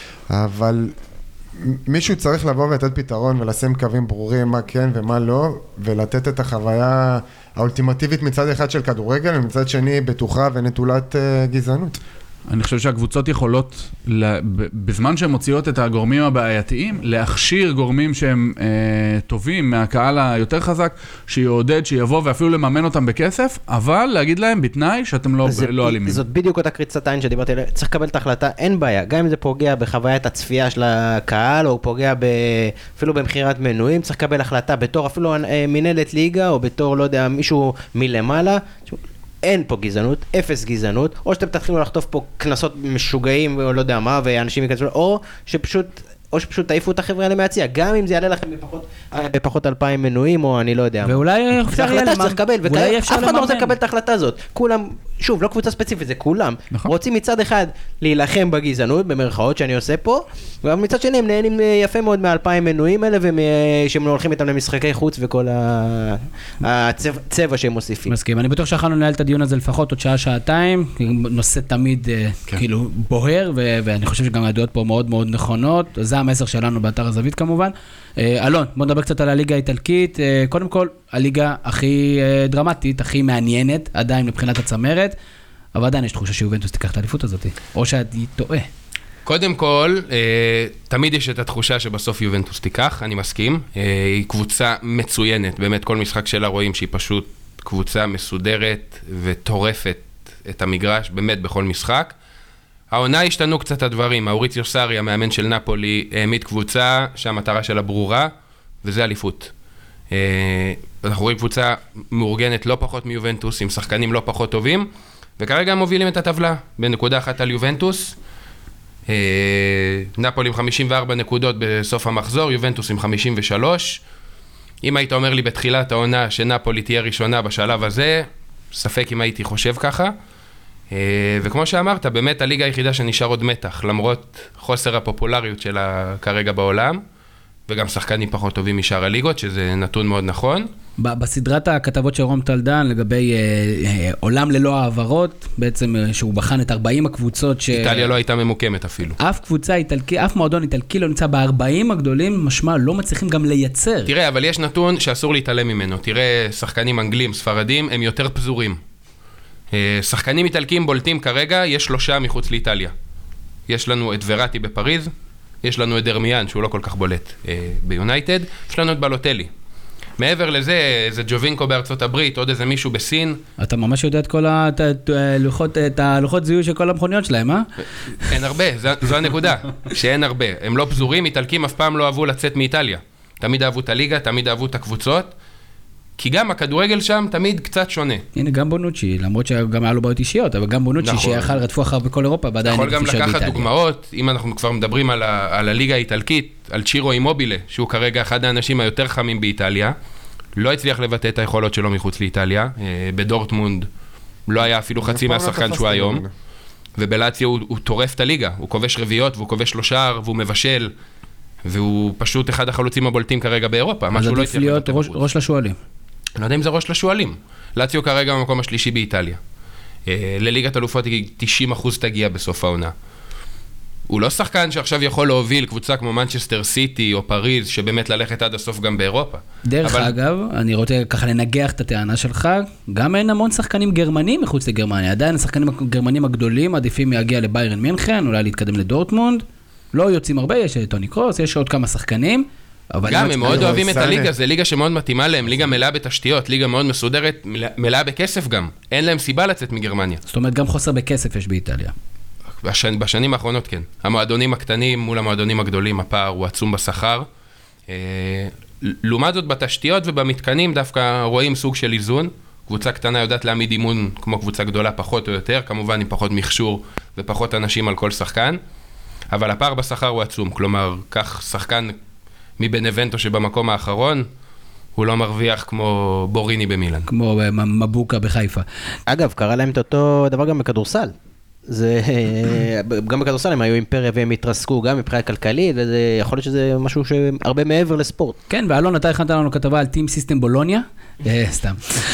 אבל מישהו צריך לבוא ולתת פתרון ולשים קווים ברורים מה כן ומה לא, ולתת את החוויה האולטימטיבית מצד אחד של כדורגל, ומצד שני בטוחה ונטולת גזענות. אני חושב שהקבוצות יכולות, בזמן שהן מוציאות את הגורמים הבעייתיים, להכשיר גורמים שהם טובים מהקהל היותר חזק, שיעודד, שיבוא ואפילו לממן אותם בכסף, אבל להגיד להם בתנאי שאתם לא אלימים. זאת בדיוק אותה קריצת עין שדיברתי עליה, צריך לקבל את ההחלטה, אין בעיה, גם אם זה פוגע בחוויית הצפייה של הקהל, או פוגע אפילו במחירת מנויים, צריך לקבל החלטה בתור אפילו מנהלת ליגה, או בתור, לא יודע, מישהו מלמעלה, אין פה גזענות, אפס גזענות, או שאתם תתחילו לחטוף פה כנסות משוגעים, או לא יודע מה, ואנשים ייכנסו, או שפשוט תעיפו את החברה האלה מהציע, גם אם זה יעלה לכם בפחות 2,000 מנויים, או אני לא יודע. ואולי אפשר יהיה לממן. אף אחד לא רוצה לקבל את ההחלטה הזאת. כולם, שוב, לא קבוצה ספציפית, זה כולם. רוצים מצד אחד להילחם בגזענות, במרכאות שאני עושה פה, ומצד שני הם נהנים יפה מאוד מ2,000 מנויים האלה, ושהם הולכים איתם למשחקי חוץ וכל הצבע שהם מוסיפים. מסכים. אני בטוח שאנחנו ננהל את הדיון הזה לפחות עוד שעה, שעתיים, נושא תמיד כאילו בוהר, ואני חושב שגם הדעות פה מאוד מאוד נכונות. זה המסר שלנו באתר הזווית כמובן. אלון, בוא נדבר קצת על הליגה האיטלקית. קודם כל, הליגה הכי דרמטית, הכי מעניינת, עדיין מבחינת הצמרת, אבל עדיין יש תחושה שיובנטוס תיקח את האליפות הזאת, או שאני טועה. קודם כל, תמיד יש את התחושה שבסוף יובנטוס תיקח, אני מסכים. היא קבוצה מצוינת, באמת כל משחק שלה רואים שהיא פשוט קבוצה מסודרת וטורפת את המגרש, באמת בכל משחק. העונה השתנו קצת הדברים, מאוריציו סארי, המאמן של נפולי, העמיד קבוצה שהמטרה שלה ברורה, וזה אליפות. אנחנו רואים קבוצה מאורגנת לא פחות מיובנטוס, עם שחקנים לא פחות טובים, וכרגע הם מובילים את הטבלה, בנקודה אחת על יובנטוס, נפולי עם 54 נקודות בסוף המחזור, יובנטוס עם 53. אם היית אומר לי בתחילת העונה שנפולי תהיה ראשונה בשלב הזה, ספק אם הייתי חושב ככה. וכמו שאמרת, באמת הליגה היחידה שנשאר עוד מתח, למרות חוסר הפופולריות שלה כרגע בעולם, וגם שחקנים פחות טובים משאר הליגות, שזה נתון מאוד נכון. בסדרת הכתבות של רום טלדן, לגבי עולם ללא העברות, בעצם שהוא בחן את 40 הקבוצות איטליה לא הייתה ממוקמת אפילו. אף קבוצה איטלקי, אף מועדון איטלקי לא נמצא ב40 הגדולים, משמע לא מצליחים גם לייצר. תראה, אבל יש נתון שאסור להתעלם ממנו. תראה, שחקנים אנגלים, ספרדים, הם יותר פזורים. שחקנים איטלקיים בולטים כרגע, יש 3 מחוץ לאיטליה. יש לנו את וראטי בפריז, יש לנו את דרמיאן, שהוא לא כל כך בולט ביונייטד, יש לנו את בלוטלי. מעבר לזה, איזה ג'ובינקו בארצות הברית, עוד איזה מישהו בסין. אתה ממש יודע את כל הלוחות זיהוי של כל המכוניות שלהם, אה? אין הרבה, זו הנקודה, שאין הרבה. הם לא פזורים, איטלקים אף פעם לא אהבו לצאת מאיטליה. תמיד אהבו את הליגה, תמיד אהבו את הקבוצות, כי גם הכדורגל שם תמיד קצת שונה. הנה, גם בונוצ'י, למרות שגם היה לו בעיות אישיות, אבל גם בונוצ'י שיכל רדפו אחריו בכל אירופה, ועדיין יכול גם לקחת דוגמאות, אם אנחנו כבר מדברים על הליגה האיטלקית, על צ'ירו אימובילה, שהוא כרגע אחד האנשים היותר חמים באיטליה, לא הצליח לבטא את היכולות שלו מחוץ לאיטליה, בדורטמונד לא היה אפילו חצי מהשחקן שהוא היום, ובלאציו הוא טורף את הליגה, הוא כובש רביעיות והוא כובש 3 שערים והוא מבשל, והוא פשוט אחד החלוצים הבולטים כרגע באירופה. אז עדיף להיות ראש לשואלים. לא יודע אם זה ראש לשואלים. לאציו כרגע במקום השלישי באיטליה. לליגת אלופות 90% תגיע בסוף העונה. הוא לא שחקן שעכשיו יכול להוביל קבוצה כמו מנצ'סטר סיטי או פריז, שבאמת ללכת עד הסוף גם באירופה. דרך אגב, אני רוצה ככה לנגח את הטענה שלך, גם אין המון שחקנים גרמנים מחוץ לגרמניה. עדיין השחקנים הגרמנים הגדולים עדיפים להגיע לביירן מינכן, אולי להתקדם לדורטמונד. לא יוצאים הרבה, יש טוני קרוס, יש עוד כמה שחקנים. גם הם מאוד אוהבים את הליגה, זה ליגה שמאוד מתאימה להם, ליגה מלאה בתשתיות, ליגה מאוד מסודרת, מלאה בכסף גם. אין להם סיבה לצאת מגרמניה. זאת אומרת, גם חוסר בכסף יש באיטליה. בשנים האחרונות כן. המועדונים הקטנים מול המועדונים הגדולים, הפער הוא עצום בשכר. לעומת זאת בתשתיות ובמתקנים דווקא רואים סוג של איזון. קבוצה קטנה יודעת להעמיד אימון כמו קבוצה גדולה פחות או יותר, כמובן עם פחות מכשור ופחות אנשים על כל שחקן. אבל הפער בשכר הוא עצום, כלומר, כך שחקן מבנבנטו שבמקום האחרון, הוא לא מרוויח כמו בוריני במילאן. כמו מבוקה בחיפה. אגב, קרה להם את אותו דבר גם בכדורסל. גם בכדורסל הם היו אימפריה והם התרסקו גם מבחינה כלכלית, וזה יכול להיות שזה משהו שהרבה מעבר לספורט. כן, ואלון, אתה הכנת לנו כתבה על טים סיסטם בולוניה? סתם.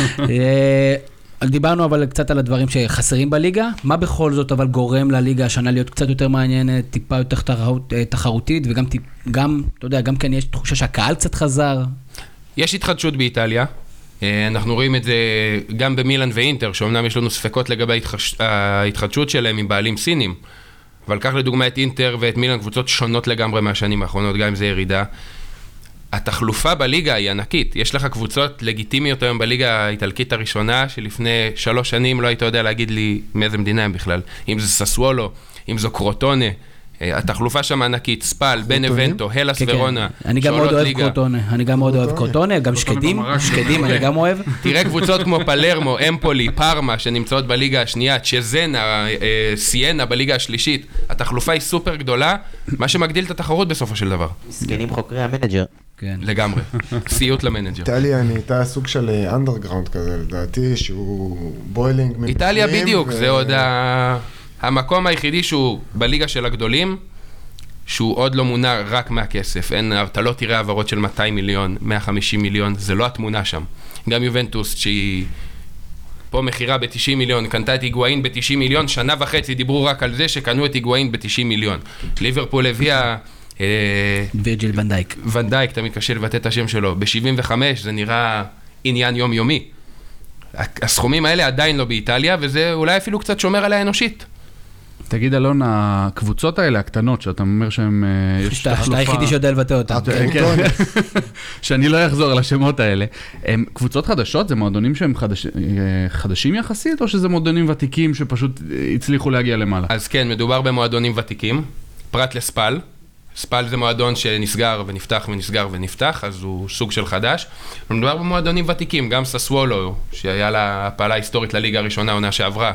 דיברנו אבל קצת על הדברים שחסרים בליגה, מה בכל זאת אבל גורם לליגה השנה להיות קצת יותר מעניינת, טיפה יותר תחרותית, וגם, אתה יודע, גם כן יש תחושה שהקהל קצת חזר. יש התחדשות באיטליה, אנחנו רואים את זה גם במילאן ואינטר, שאומנם יש לנו ספקות לגבי ההתחדשות שלהם עם בעלים סינים, אבל כך לדוגמה את אינטר ואת מילאן קבוצות שונות לגמרי מהשנים האחרונות, גם אם זה ירידה. התחלופה בליגה היא ענקית. יש לך קבוצות לגיטימיות היום בליגה האיטלקית הראשונה, שלפני 3 שנים לא היית יודע להגיד לי מאיזה מדינה הם בכלל. אם זה ססוולו, אם זו קרוטונה, התחלופה שם ענקית, ספל, בנבנטו, הלס ורונה, אני גם מאוד אוהב קרוטונה, אני גם מאוד אוהב קרוטונה, גם שקדים אני גם אוהב. תראה קבוצות כמו פלרמו, אמפולי, פארמה, שנמצאות בליגה השנייה, צ'זנה, סיינה בליגה השלישית, התחלופה היא סופר גדולה, מה שמגדיל את התחרות בסופו של דבר. מסכנים חוקרי המנג'ר. לגמרי, סיוט למנג'ר. איטליה נהייתה סוג של אנדרגראונד כזה, לדעתי, שהוא בוילינג מבפנים. איטליה בדיוק, זה עוד המקום היחידי שהוא בליגה של הגדולים, שהוא עוד לא מונע רק מהכסף. אתה לא תראה העברות של 200 מיליון, 150 מיליון, זה לא התמונה שם. גם יובנטוס, שהיא פה מחירה ב-90 מיליון, קנתה את היגואין ב-90 מיליון, 1.5 שנה דיברו רק על זה שקנו את היגואין ב-90 מיליון. ליברפול הביאה וירג'יל ונדייק. ונדייק, תמיד קשה לבטא את השם שלו. ב-75 זה נראה עניין יומיומי. הסכומים האלה עדיין לא באיטליה, וזה אולי אפילו קצת שומר עליה אנושית. תגיד אלון, הקבוצות האלה, הקטנות, שאתה אומר שהן... שאתה היחידי שיודע לבטא אותם. שאני לא אחזור על השמות האלה. הם קבוצות חדשות? זה מועדונים שהם חדשים יחסית, או שזה מועדונים ותיקים שפשוט הצליחו להגיע למעלה? אז כן, מדובר במועדונים ותיקים, פרט לספל. ספל זה מועדון שנסגר ונפתח ונסגר ונפתח, אז הוא סוג של חדש. מדובר במועדונים ותיקים, גם ססוולו, שהיה לה הפעלה היסטורית לליגה הראשונה, עונה שעברה.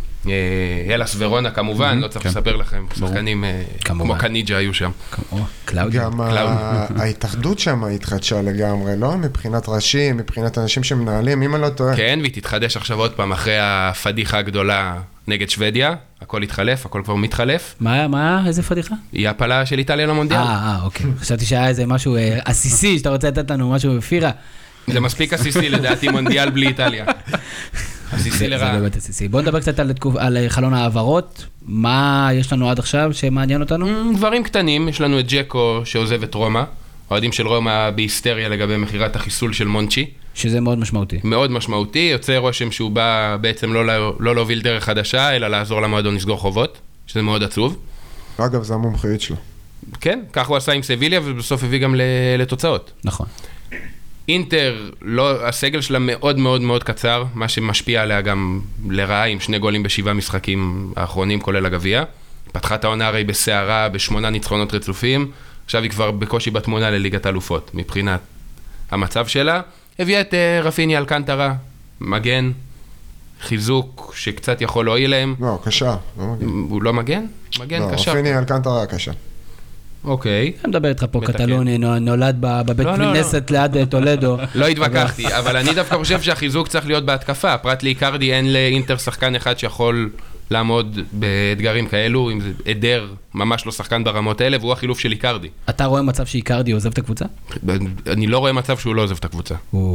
הלס ורונה כמובן, לא צריך לספר לכם, שחקנים כמו קניג'ה היו שם. גם ההתאחדות שם התחדשה לגמרי, לא? מבחינת ראשים, מבחינת אנשים שמנהלים, אם אני לא טועה. כן, והיא תתחדש עכשיו עוד פעם אחרי הפדיחה הגדולה נגד שוודיה, הכל התחלף, הכל כבר מתחלף. מה? איזה פדיחה? היא הפעלה של איטליה למונדיאל. אוקיי. חשבתי שהיה איזה משהו עסיסי, שאתה רוצה לתת לנו משהו בפירה. זה מספיק עסיסי לדעתי מונדיאל בלי איטליה. עסיסי לרעה. זה באמת עסיסי. בוא נדבר קצת על חלון העברות. מה יש לנו עד עכשיו שמעניין אותנו? דברים קטנים, יש לנו את ג'קו שעוזב את רומא. אוהדים של רומא בהיסטריה לגבי מחירת החיסול של מונצ'י. שזה מאוד משמעותי. מאוד משמעותי, יוצא רושם שהוא בא בעצם לא להוביל דרך חדשה, אלא לעזור למועדון לסגור חובות, שזה מאוד עצוב. אגב, זה המומחיות שלו. כן, כך הוא עשה עם סביליה, ובסוף הביא גם לתוצאות. נכון. אינטר, לא, הסגל שלה מאוד מאוד מאוד קצר, מה שמשפיע עליה גם לרעה, עם 2 גולים ב7 משחקים האחרונים, כולל הגביע. פתחה את העונה הרי בסערה, ב8 ניצחונות רצופים, עכשיו היא כבר בקושי בתמונה לליגת אלופות, מבחינת המצב שלה. הביאה את רפיניה אלקנטרה, מגן, חיזוק שקצת יכול להועיל להם. לא, קשה. הוא לא מגן? מגן לא, קשה. רפיניה אלקנטרה קשה. אוקיי. אני מדבר איתך פה קטלוני, נולד בבית כנסת ליד טולדו. לא התווכחתי, אבל אני דווקא חושב שהחיזוק צריך להיות בהתקפה. פרט לאיקרדי אין לאינטר שחקן אחד שיכול לעמוד באתגרים כאלו, אם זה עדר, ממש לא שחקן ברמות האלה, והוא החילוף של איקרדי. אתה רואה מצב שאיקרדי עוזב את הקבוצה? אני לא רואה מצב שהוא לא עוזב את הקבוצה.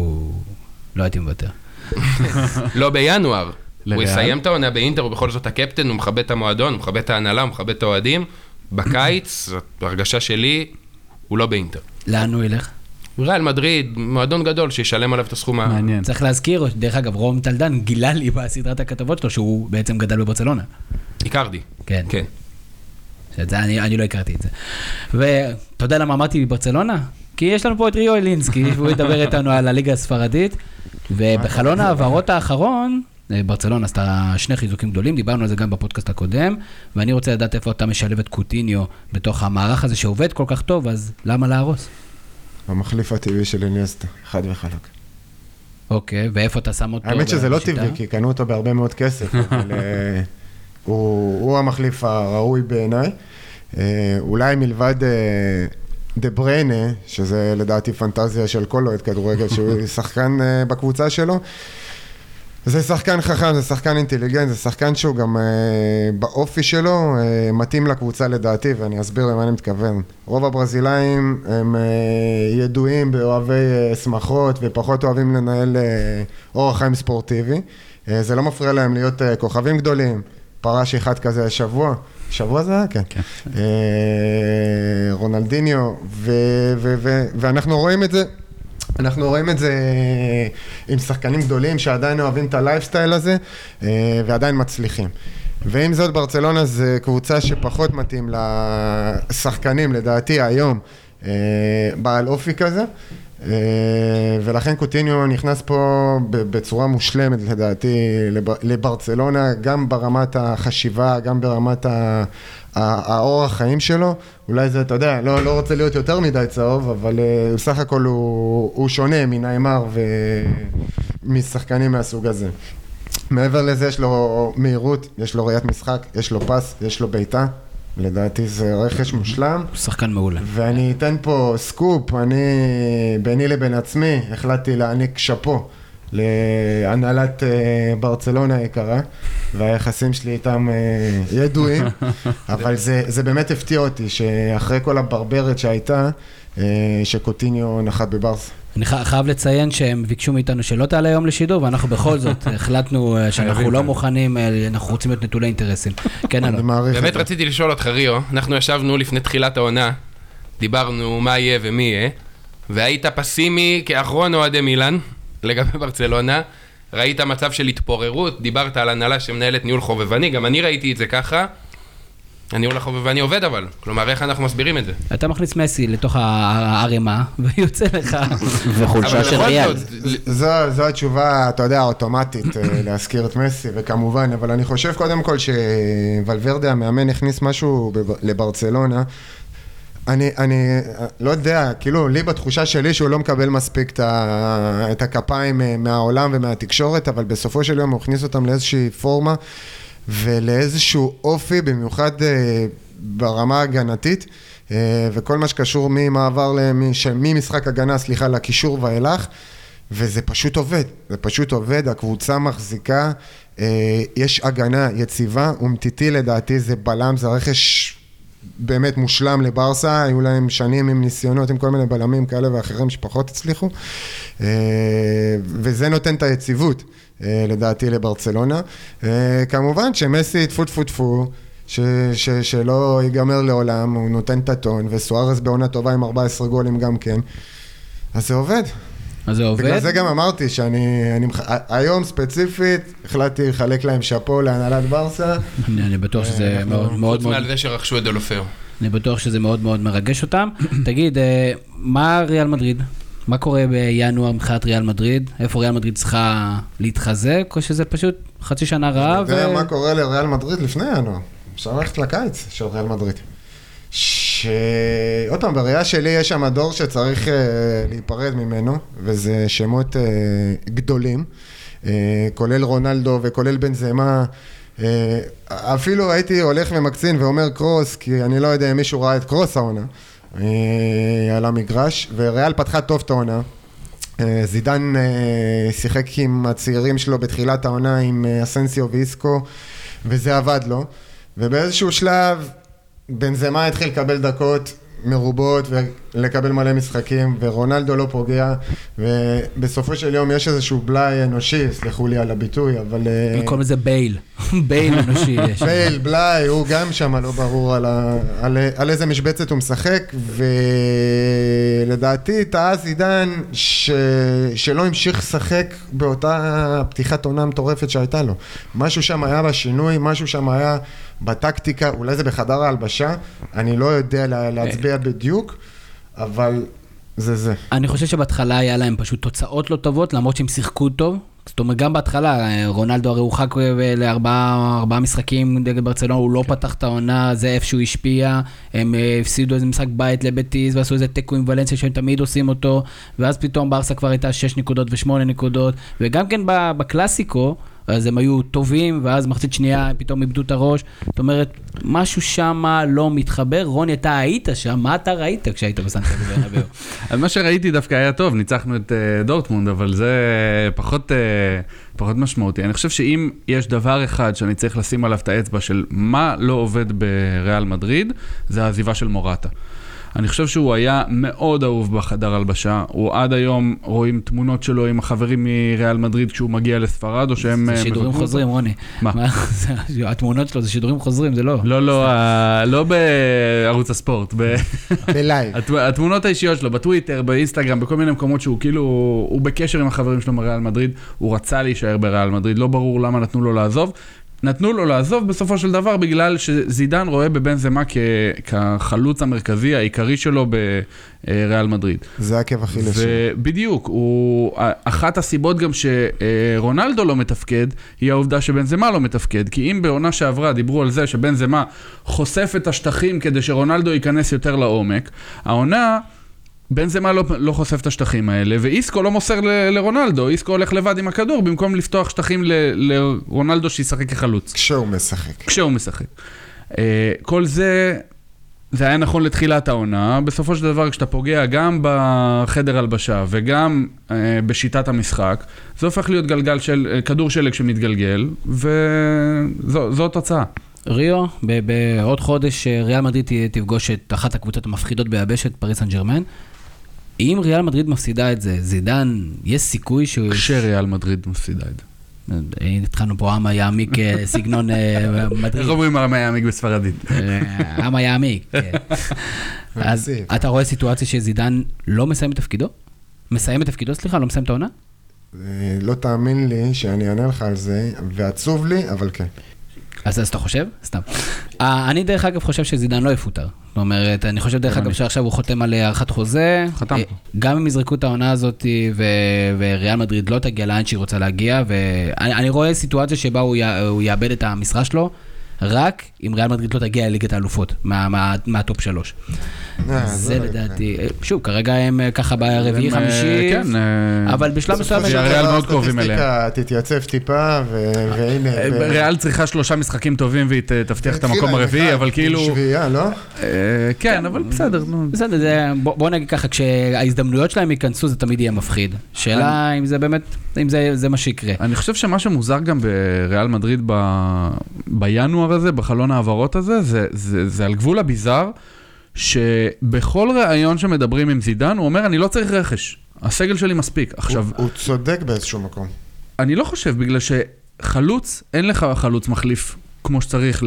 לא הייתי מוותר. לא בינואר. הוא יסיים את העונה באינטר, הוא בכל זאת הקפטן, הוא מכבד את המועדון, הוא מכבד את ההנהלה, הוא מכבד את האוהדים. בקיץ, זאת הרגשה שלי, הוא לא באינטר. לאן הוא ילך? ריאל מדריד, מועדון גדול שישלם עליו את הסכום. מעניין. צריך להזכיר, דרך אגב, רום טלדן גילה לי בסדרת הכתבות שלו שהוא בעצם גדל בברצלונה. איקרדי. כן. כן. אני לא הכרתי את זה. ואתה יודע למה אמרתי בברצלונה? כי יש לנו פה את ריו אלינסקי, והוא ידבר איתנו על הליגה הספרדית, ובחלון העברות האחרון, ברצלונה עשתה 2 חיזוקים גדולים, דיברנו על זה גם בפודקאסט הקודם, ואני רוצה לדעת איפה אתה משלב את קוטיניו בתוך המערך הזה שעובד כל כך טוב, אז למה להרוס? המחליף הטבעי של איניאסטה, חד וחלק. אוקיי, ואיפה אתה שם אותו? האמת שזה לא טבעי, כי קנו אותו בהרבה מאוד כסף, אבל הוא המחליף הראוי בעיניי. אולי מלבד דה בריינה, שזה לדעתי פנטזיה של כל אוהד כדורגל, שהוא שחקן בקבוצה שלו, זה שחקן חכם, זה שחקן אינטליגנט, זה שחקן שהוא גם באופי שלו מתאים לקבוצה לדעתי, ואני אסביר למה אני מתכוון. רוב הברזילאים הם ידועים באוהבי שמחות ופחות אוהבים לנהל אורח חיים ספורטיבי. זה לא מפריע להם להיות כוכבים גדולים. פרש אחד כזה שבוע זה היה? כן. רונלדיניו, ואנחנו רואים את זה. אנחנו רואים את זה עם שחקנים גדולים שעדיין אוהבים את הלייפסטייל הזה ועדיין מצליחים. ועם זאת ברצלונה זה קבוצה שפחות מתאים לשחקנים לדעתי היום בעל אופי כזה, ולכן קוטיניו נכנס פה בצורה מושלמת לדעתי לברצלונה, גם ברמת החשיבה, גם ברמת האורח חיים שלו. אולי זה, אתה יודע, לא רוצה להיות יותר מדי צהוב, אבל בסך הכל הוא שונה מניימר ומשחקנים מהסוג הזה. מעבר לזה יש לו מהירות, יש לו ראיית משחק, יש לו פס, יש לו ביתה. לדעתי זה רכש מושלם. הוא שחקן מעולה. ואני אתן פה סקופ, ביני לבין עצמי, החלטתי להעניק שפו להנהלת ברצלונה היקרה, והיחסים שלי איתם ידועים, אבל זה באמת הפתיע אותי, שאחרי כל הברברת שהייתה, שקוטיניו נחת בברסה. אני חייב לציין שהם ביקשו מאיתנו שלא תעלה היום לשידור, ואנחנו בכל זאת החלטנו שאנחנו לא מוכנים, אנחנו רוצים להיות נטולי אינטרסים. כן, אלו. באמת רציתי לשאול אותך, ריו, אנחנו ישבנו לפני תחילת העונה, דיברנו מה יהיה ומי יהיה, והיית פסימי כאחרון אוהדי מילאן, לגבי ברצלונה, ראית מצב של התפוררות, דיברת על הנהלה שמנהלת ניהול חובבני, גם אני ראיתי את זה ככה, הניהול החובבני עובד אבל, כלומר איך אנחנו מסבירים את זה? אתה מכניס מסי לתוך הערימה, ויוצא לך. וחולשה של ריאל. זו התשובה, אתה יודע, האוטומטית להזכיר את מסי, וכמובן, אבל אני חושב קודם כל שוולברדה המאמן הכניס משהו לברצלונה, אני לא יודע, כאילו, לי בתחושה שלי שהוא לא מקבל מספיק את הכפיים מהעולם ומהתקשורת, אבל בסופו של יום הוא הכניס אותם לאיזושהי פורמה, ולאיזשהו אופי, במיוחד ברמה הגנתית, וכל מה שקשור ממעבר ממשחק הגנה, סליחה, לקישור ואילך, וזה פשוט עובד, זה פשוט עובד, הקבוצה מחזיקה, יש הגנה יציבה, ומתיתי לדעתי זה בלם, זה רכש באמת מושלם לברסה, היו להם שנים עם ניסיונות, עם כל מיני בלמים כאלה ואחרים שפחות הצליחו, וזה נותן את היציבות. לדעתי לברצלונה. כמובן שמסי טפו טפו טפו, שלא ייגמר לעולם, הוא נותן את הטון, וסוארס בעונה טובה עם 14 גולים גם כן. אז זה עובד. אז זה עובד? בגלל זה גם אמרתי שאני היום ספציפית החלטתי לחלק להם שפו להנהלת ברסה. אני בטוח שזה מאוד מאוד... חוץ מעל זה שרכשו את דולופר. אני בטוח שזה מאוד מאוד מרגש אותם. תגיד, מה ריאל מדריד? מה קורה בינואר מבחינת ריאל מדריד? איפה ריאל מדריד צריכה להתחזק, או שזה פשוט חצי שנה רעה? זה מה קורה לריאל מדריד לפני ינואר. אפשר ללכת לקיץ של ריאל מדריד. עוד פעם, בראייה שלי יש שם דור שצריך להיפרד ממנו, וזה שמות גדולים, כולל רונלדו וכולל בנזמה. אפילו הייתי הולך ומקצין ואומר קרוס, כי אני לא יודע אם מישהו ראה את קרוס העונה על המגרש, וריאל פתחה טוב את העונה. זידן שיחק עם הצעירים שלו בתחילת העונה עם אסנסיו ואיסקו, וזה עבד לו, ובאיזשהו שלב בנזמה התחיל לקבל דקות מרובות ולקבל מלא משחקים, ורונלדו לא פוגע, ובסופו של יום יש איזשהו בלאי אנושי, סלחו לי על הביטוי, אבל... קוראים לזה בייל, בייל אנושי יש. בייל, בלאי, הוא גם שם לא ברור על איזה משבצת הוא משחק, ולדעתי טעה זידן שלא המשיך לשחק באותה פתיחת עונה מטורפת שהייתה לו. משהו שם היה בשינוי, משהו שם היה בטקטיקה, אולי זה בחדר ההלבשה, אני לא יודע להצביע בדיוק, אבל זה. אני חושב שבהתחלה היה להם פשוט תוצאות לא טובות, למרות שהם שיחקו טוב. זאת אומרת, גם בהתחלה, רונלדו הרי הוא חק לארבעה משחקים נגד ברצלונה, הוא לא פתח את העונה, זה איפה שהוא השפיע, הם הפסידו איזה משחק בית לבטיס, ועשו איזה טקו עם ולנסיה שהם תמיד עושים אותו, ואז פתאום ברסה כבר הייתה 6 נקודות ו8 נקודות, וגם כן בקלאסיקו, אז הם היו טובים, ואז מחצית שנייה הם פתאום איבדו את הראש. זאת אומרת, משהו שם לא מתחבר. רוני, אתה היית שם, מה אתה ראית כשהיית בסנטיאגו ברנבאו? אז מה שראיתי דווקא היה טוב, ניצחנו את דורטמונד, אבל זה פחות משמעותי. אני חושב שאם יש דבר אחד שאני צריך לשים עליו את האצבע של מה לא עובד בריאל מדריד, זה העזיבה של מורטה. אני חושב שהוא היה מאוד אהוב בחדר הלבשה, הוא עד היום רואים תמונות שלו עם החברים מריאל מדריד כשהוא מגיע לספרד, או שהם... זה שידורים חוזרים, רוני. מה? התמונות שלו זה שידורים חוזרים, זה לא. לא בערוץ הספורט, בלייב. התמונות האישיות שלו, בטוויטר, באינסטגרם, בכל מיני מקומות שהוא כאילו, הוא בקשר עם החברים שלו מריאל מדריד, הוא רצה להישאר בריאל מדריד, לא ברור למה נתנו לו לעזוב. נתנו לו לעזוב בסופו של דבר בגלל שזידן רואה בבנזמה כחלוץ המרכזי העיקרי שלו בריאל מדריד. זה עקב אכילס שלו. בדיוק, אחת הסיבות גם שרונלדו לא מתפקד, היא העובדה שבנזמה לא מתפקד, כי אם בעונה שעברה דיברו על זה שבנזמה חושף את השטחים כדי שרונלדו ייכנס יותר לעומק, העונה... בנזמה לא חושף את השטחים האלה, ואיסקו לא מוסר לרונלדו, איסקו הולך לבד עם הכדור, במקום לפתוח שטחים לרונלדו שישחק כחלוץ. כשהוא משחק. כל זה היה נכון לתחילת העונה, בסופו של דבר כשאתה פוגע גם בחדר הלבשה, וגם בשיטת המשחק, זה הופך להיות כדור שלג שמתגלגל, וזו תוצאה. ריו, בעוד חודש ריאל מדריד תפגוש את אחת הקבוצות המפחידות ביבשת, פריס סן ז'רמן. אם ריאל מדריד מפסידה את זה, זידן, יש סיכוי שהוא... כשריאל מדריד מפסידה את זה. התחלנו פה עם היעמיק סגנון מדריד. איך אומרים עם היעמיק בספרדית? עם היעמיק, כן. אז אתה רואה סיטואציה שזידן לא מסיים את תפקידו? מסיים את תפקידו, סליחה, לא מסיים את העונה? לא תאמין לי שאני אענה לך על זה, ועצוב לי, אבל כן. אז אתה חושב? סתם. אני דרך אגב חושב שזידן לא יפוטר. זאת אומרת, אני חושב דרך אגב שעכשיו הוא חותם על הארכת חוזה. חתם. גם אם יזרקו את העונה הזאת וריאל מדריד לא תגיע לאן שהיא רוצה להגיע, ואני רואה סיטואציה שבה הוא יאבד את המשרה שלו, רק אם ריאל מדריד לא תגיע לליגת האלופות, מהטופ 3. זה לדעתי, שוב, כרגע הם ככה ברביעי, חמישי, אבל בשלב מסוים... ריאל מאוד קרובים אליה. תתייצב טיפה, והנה... ריאל צריכה 3 משחקים טובים והיא תבטיח את המקום הרביעי, אבל כאילו... שביעייה, לא? כן, אבל בסדר. בסדר, בוא נגיד ככה, כשההזדמנויות שלהם ייכנסו, זה תמיד יהיה מפחיד. שאלה אם זה באמת, אם זה מה שיקרה. אני חושב שמה שמוזר גם בריאל מדריד בינואר הזה, בחלון העברות הזה, זה על גבול הביזר, שבכל ראיון שמדברים עם זידן, הוא אומר, אני לא צריך רכש, הסגל שלי מספיק. עכשיו, הוא צודק באיזשהו מקום. אני לא חושב, בגלל שחלוץ, אין לך חלוץ מחליף כמו שצריך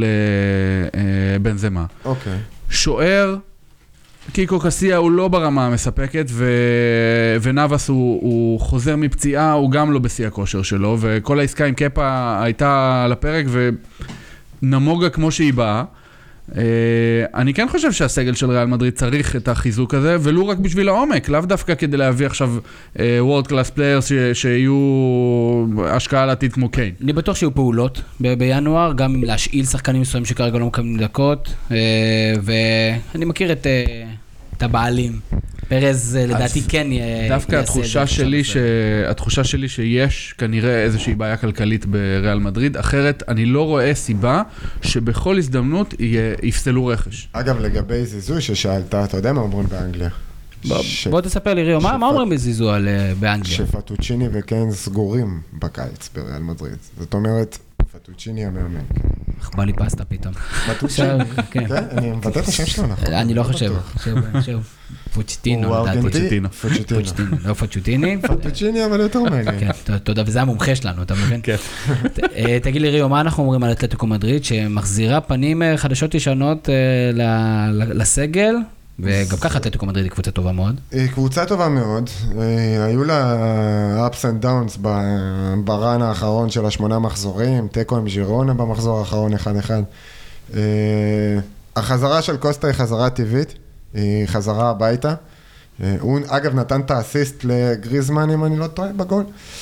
לבנזמה. אוקיי. שוער, קיקו קסיה הוא לא ברמה המספקת, ונאבס הוא חוזר מפציעה, הוא גם לא בשיא הכושר שלו, וכל העסקה עם קפה הייתה על הפרק, ונמוגה כמו שהיא באה, אני כן חושב שהסגל של ריאל מדריד צריך את החיזוק הזה, ולא רק בשביל העומק, לאו דווקא כדי להביא עכשיו World Class Players שיהיו השקעה לעתיד כמו קיין. אני בטוח שיהיו פעולות בינואר, גם אם להשאיל שחקנים מסוימים שכרגע לא מקבלים דקות, ואני מכיר את הבעלים. פרז לדעתי כן דווקא התחושה שלי שיש כנראה איזושהי בעיה כלכלית בריאל מדריד, אחרת אני לא רואה סיבה שבכל הזדמנות יפסלו רכש. אגב, לגבי זיזוי ששאלת, אתה יודע מה אומרים באנגליה? בוא תספר לי ריו, מה אומרים בזיזו באנגליה? שפטוצ'יני וקיין סגורים בקיץ בריאל מדריד. זאת אומרת, פטוצ'יני המאמן. בא לי פסטה פתאום. פטוצ'יני, כן, אני מבטא את השם שלו, נכון? אני לא חושב, פוצ'טינו, פוצ'טינו. לא פוצ'טיני. פטוצ'יני, אבל יותר מעניין. כן, תודה, וזה המומחה שלנו, אתה מבין? כן. תגיד לי ריו, מה אנחנו אומרים על אתלטיקו מדריד, שמחזירה פנים חדשות ישנות לסגל, וגם ככה אתלטיקו מדריד היא קבוצה טובה מאוד. היא קבוצה טובה מאוד, היו לה ups and downs ברן האחרון של 8 מחזורים, טקו עם ז'ירונה במחזור האחרון 1-1. החזרה של קוסטה היא חזרה טבעית, היא חזרה הביתה. הוא אגב נתן את האסיסט לגריזמן, אם אני לא טועה, בגול.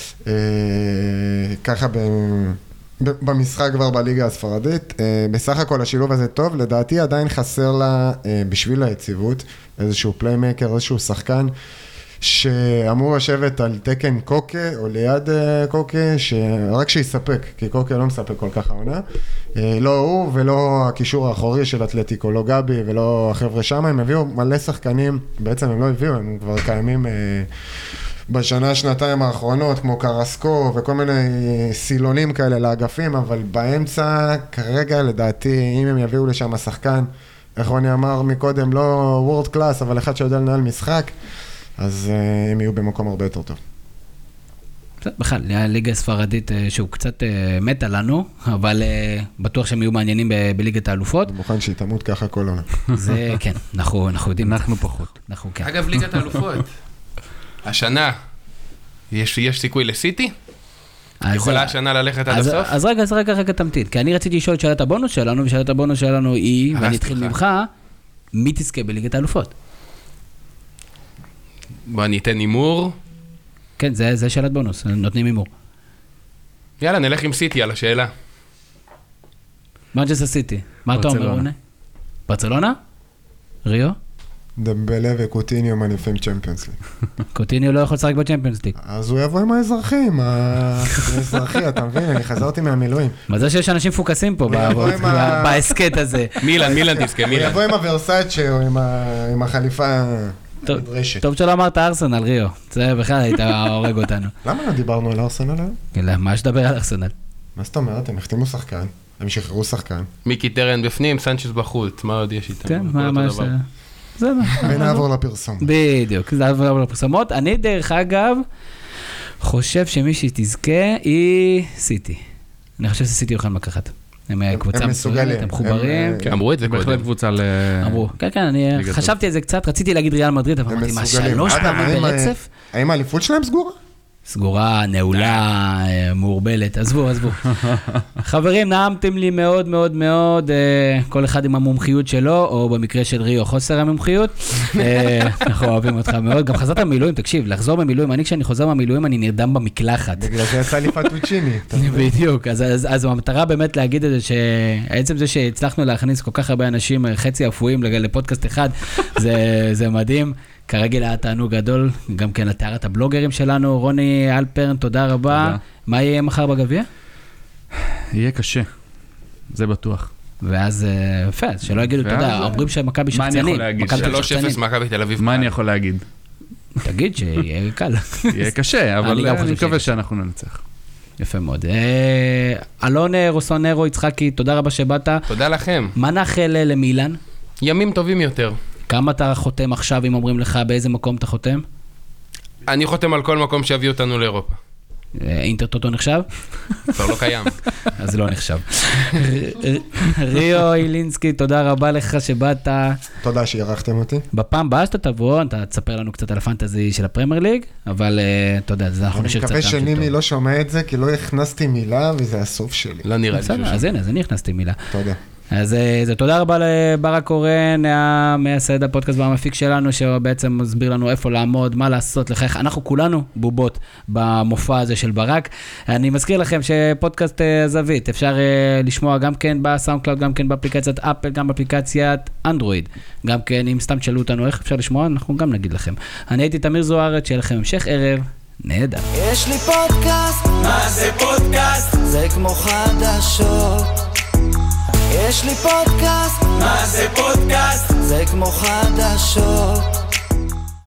ככה במשחק כבר בליגה הספרדית. בסך הכל השילוב הזה טוב, לדעתי עדיין חסר לה בשביל היציבות, איזשהו פליימקר, איזשהו שחקן שאמור לשבת על תקן קוקה או ליד קוקה, רק שיספק, כי קוקה לא מספק כל כך העונה. לא הוא ולא הקישור האחורי של אתלטיקו, לא גבי ולא החבר'ה שם, הם הביאו מלא שחקנים, בעצם הם לא הביאו, הם כבר קיימים בשנה, שנתיים האחרונות, כמו קרסקו וכל מיני סילונים כאלה לאגפים, אבל באמצע, כרגע, לדעתי, אם הם יביאו לשם השחקן, איך רוני אמר מקודם, לא וורד קלאס, אבל אחד שיודע לנהל משחק, אז הם יהיו במקום הרבה יותר טוב. בכלל, הליגה הספרדית שהוא קצת מתה לנו, אבל בטוח שהם יהיו מעניינים בליגת האלופות. מוכן שהיא תמות ככה כל עונה. זה כן, אנחנו יודעים. אנחנו פחות. אגב, ליגת האלופות. השנה, יש סיכוי לסיטי? יכולה השנה ללכת עד הסוף? אז רגע תמתין, כי אני רציתי לשאול את שאלת הבונוס שלנו, ושאלת הבונוס שלנו היא, ואני אתחיל ממך, מי תזכה בליגת האלופות? בוא ניתן הימור. כן, זה שאלת בונוס, נותנים הימור. יאללה, נלך עם סיטי על השאלה. מנצ'סטר סיטי. מה אתה אומר, רונה? ברצלונה? ריו? דמבלה וקוטיניו מניפים צ'מפיונס ליג. קוטיניו לא יכול לשחק בצ'מפיונס ליג. אז הוא יבוא עם האזרחים, האזרחי, אתה מבין? אני חזרתי מהמילואים. מה זה שיש אנשים פוקסים פה בעסקת הזה? מילן תזכה, מילן. הוא יבוא עם הוורסאצ'ה או עם החליפה נדרשת. טוב שלא אמרת ארסנל, ריו. זה בכלל היית הורג אותנו. למה לא דיברנו על ארסנל היום? מה שדבר על ארסנל? מה זאת אומרת? הם החתימו שחקן, הם שחררו שחקן. מיקי טרן בפנים, סנצ'ס בחוץ, מה עוד יש איתם? כן, מה ש... ונעבור לפרסום. בדיוק, נעבור לפרסומות. אני דרך אגב חושב שמי שתזכה היא סיטי. אני חושב שסיטי יוכל לקחת. הם קבוצה מסוגלת, הם מחוברים. אמרו את זה בהחלט קבוצה ל... אמרו, כן, אני חשבתי על זה קצת, רציתי להגיד ריאל מדריד, אבל אמרתי, מה, 3 פעמים ברצף? האם האליפות שלהם סגורה? סגורה, נעולה, מעורבלת, עזבו. חברים, נעמתם לי מאוד מאוד מאוד, כל אחד עם המומחיות שלו, או במקרה של ריו, חוסר המומחיות. אנחנו אוהבים אותך מאוד. גם חזרת במילואים, תקשיב, לחזור במילואים, כשאני חוזר במילואים, אני נרדם במקלחת. בגלל זה יצא לי פטוצ'יני. בדיוק, אז המטרה באמת להגיד את זה, שעצם זה שהצלחנו להכניס כל כך הרבה אנשים, חצי אפויים לפודקאסט אחד, זה מדהים. כרגיל היה תענוג גדול, גם כן לתארת הבלוגרים שלנו, רוני אלפרן, תודה רבה. תודה. מה יהיה מחר בגביע? יהיה קשה, זה בטוח. ואז, יפה, שלא יגידו, תודה, אומרים שמכבי שחצנים. מה אני יכול להגיד? 3-0 מכבי תל אביב. מה אני יכול להגיד? תגיד שיהיה קל. יהיה קשה, אבל אני מקווה שאנחנו ננצח. יפה מאוד. אלון רוסונרו יצחקי, תודה רבה שבאת. תודה לכם. מה נאחל למילן? ימים טובים יותר. כמה אתה חותם עכשיו, אם אומרים לך באיזה מקום אתה חותם? אני חותם על כל מקום שיביא אותנו לאירופה. אינטר טוטו נחשב? כבר לא קיים. אז לא נחשב. ריו אילינסקי, תודה רבה לך שבאת. תודה שערכתם אותי. בפעם הבאה שאתה תבוא, אתה תספר לנו קצת על הפנטזי של הפרמייר ליג, אבל אתה יודע, אנחנו נשאר קצת אני מקווה שנימי לא שומע את זה, כי לא הכנסתי מילה, וזה הסוף שלי. לא נראה לי. אז הנה, אז אני הכנסתי מילה. תודה. אז זה תודה רבה לברק קורן, המייסד הפודקאסט והמפיק שלנו, שבעצם מסביר לנו איפה לעמוד, מה לעשות לכך. אנחנו כולנו בובות במופע הזה של ברק. אני מזכיר לכם שפודקאסט זווית, אפשר לשמוע גם כן בסאונד קלאוד, גם כן באפליקציית אפל, גם באפליקציית אנדרואיד. גם כן, אם סתם תשאלו אותנו איך אפשר לשמוע, אנחנו גם נגיד לכם. אני הייתי תמיר זוארץ, שיהיה לכם המשך ערב נהדר. יש לי פודקאסט, מה זה פודקאסט? זה כמו חדשות. יש לי פודקאסט, מה זה פודקאסט? זה כמו חדשות.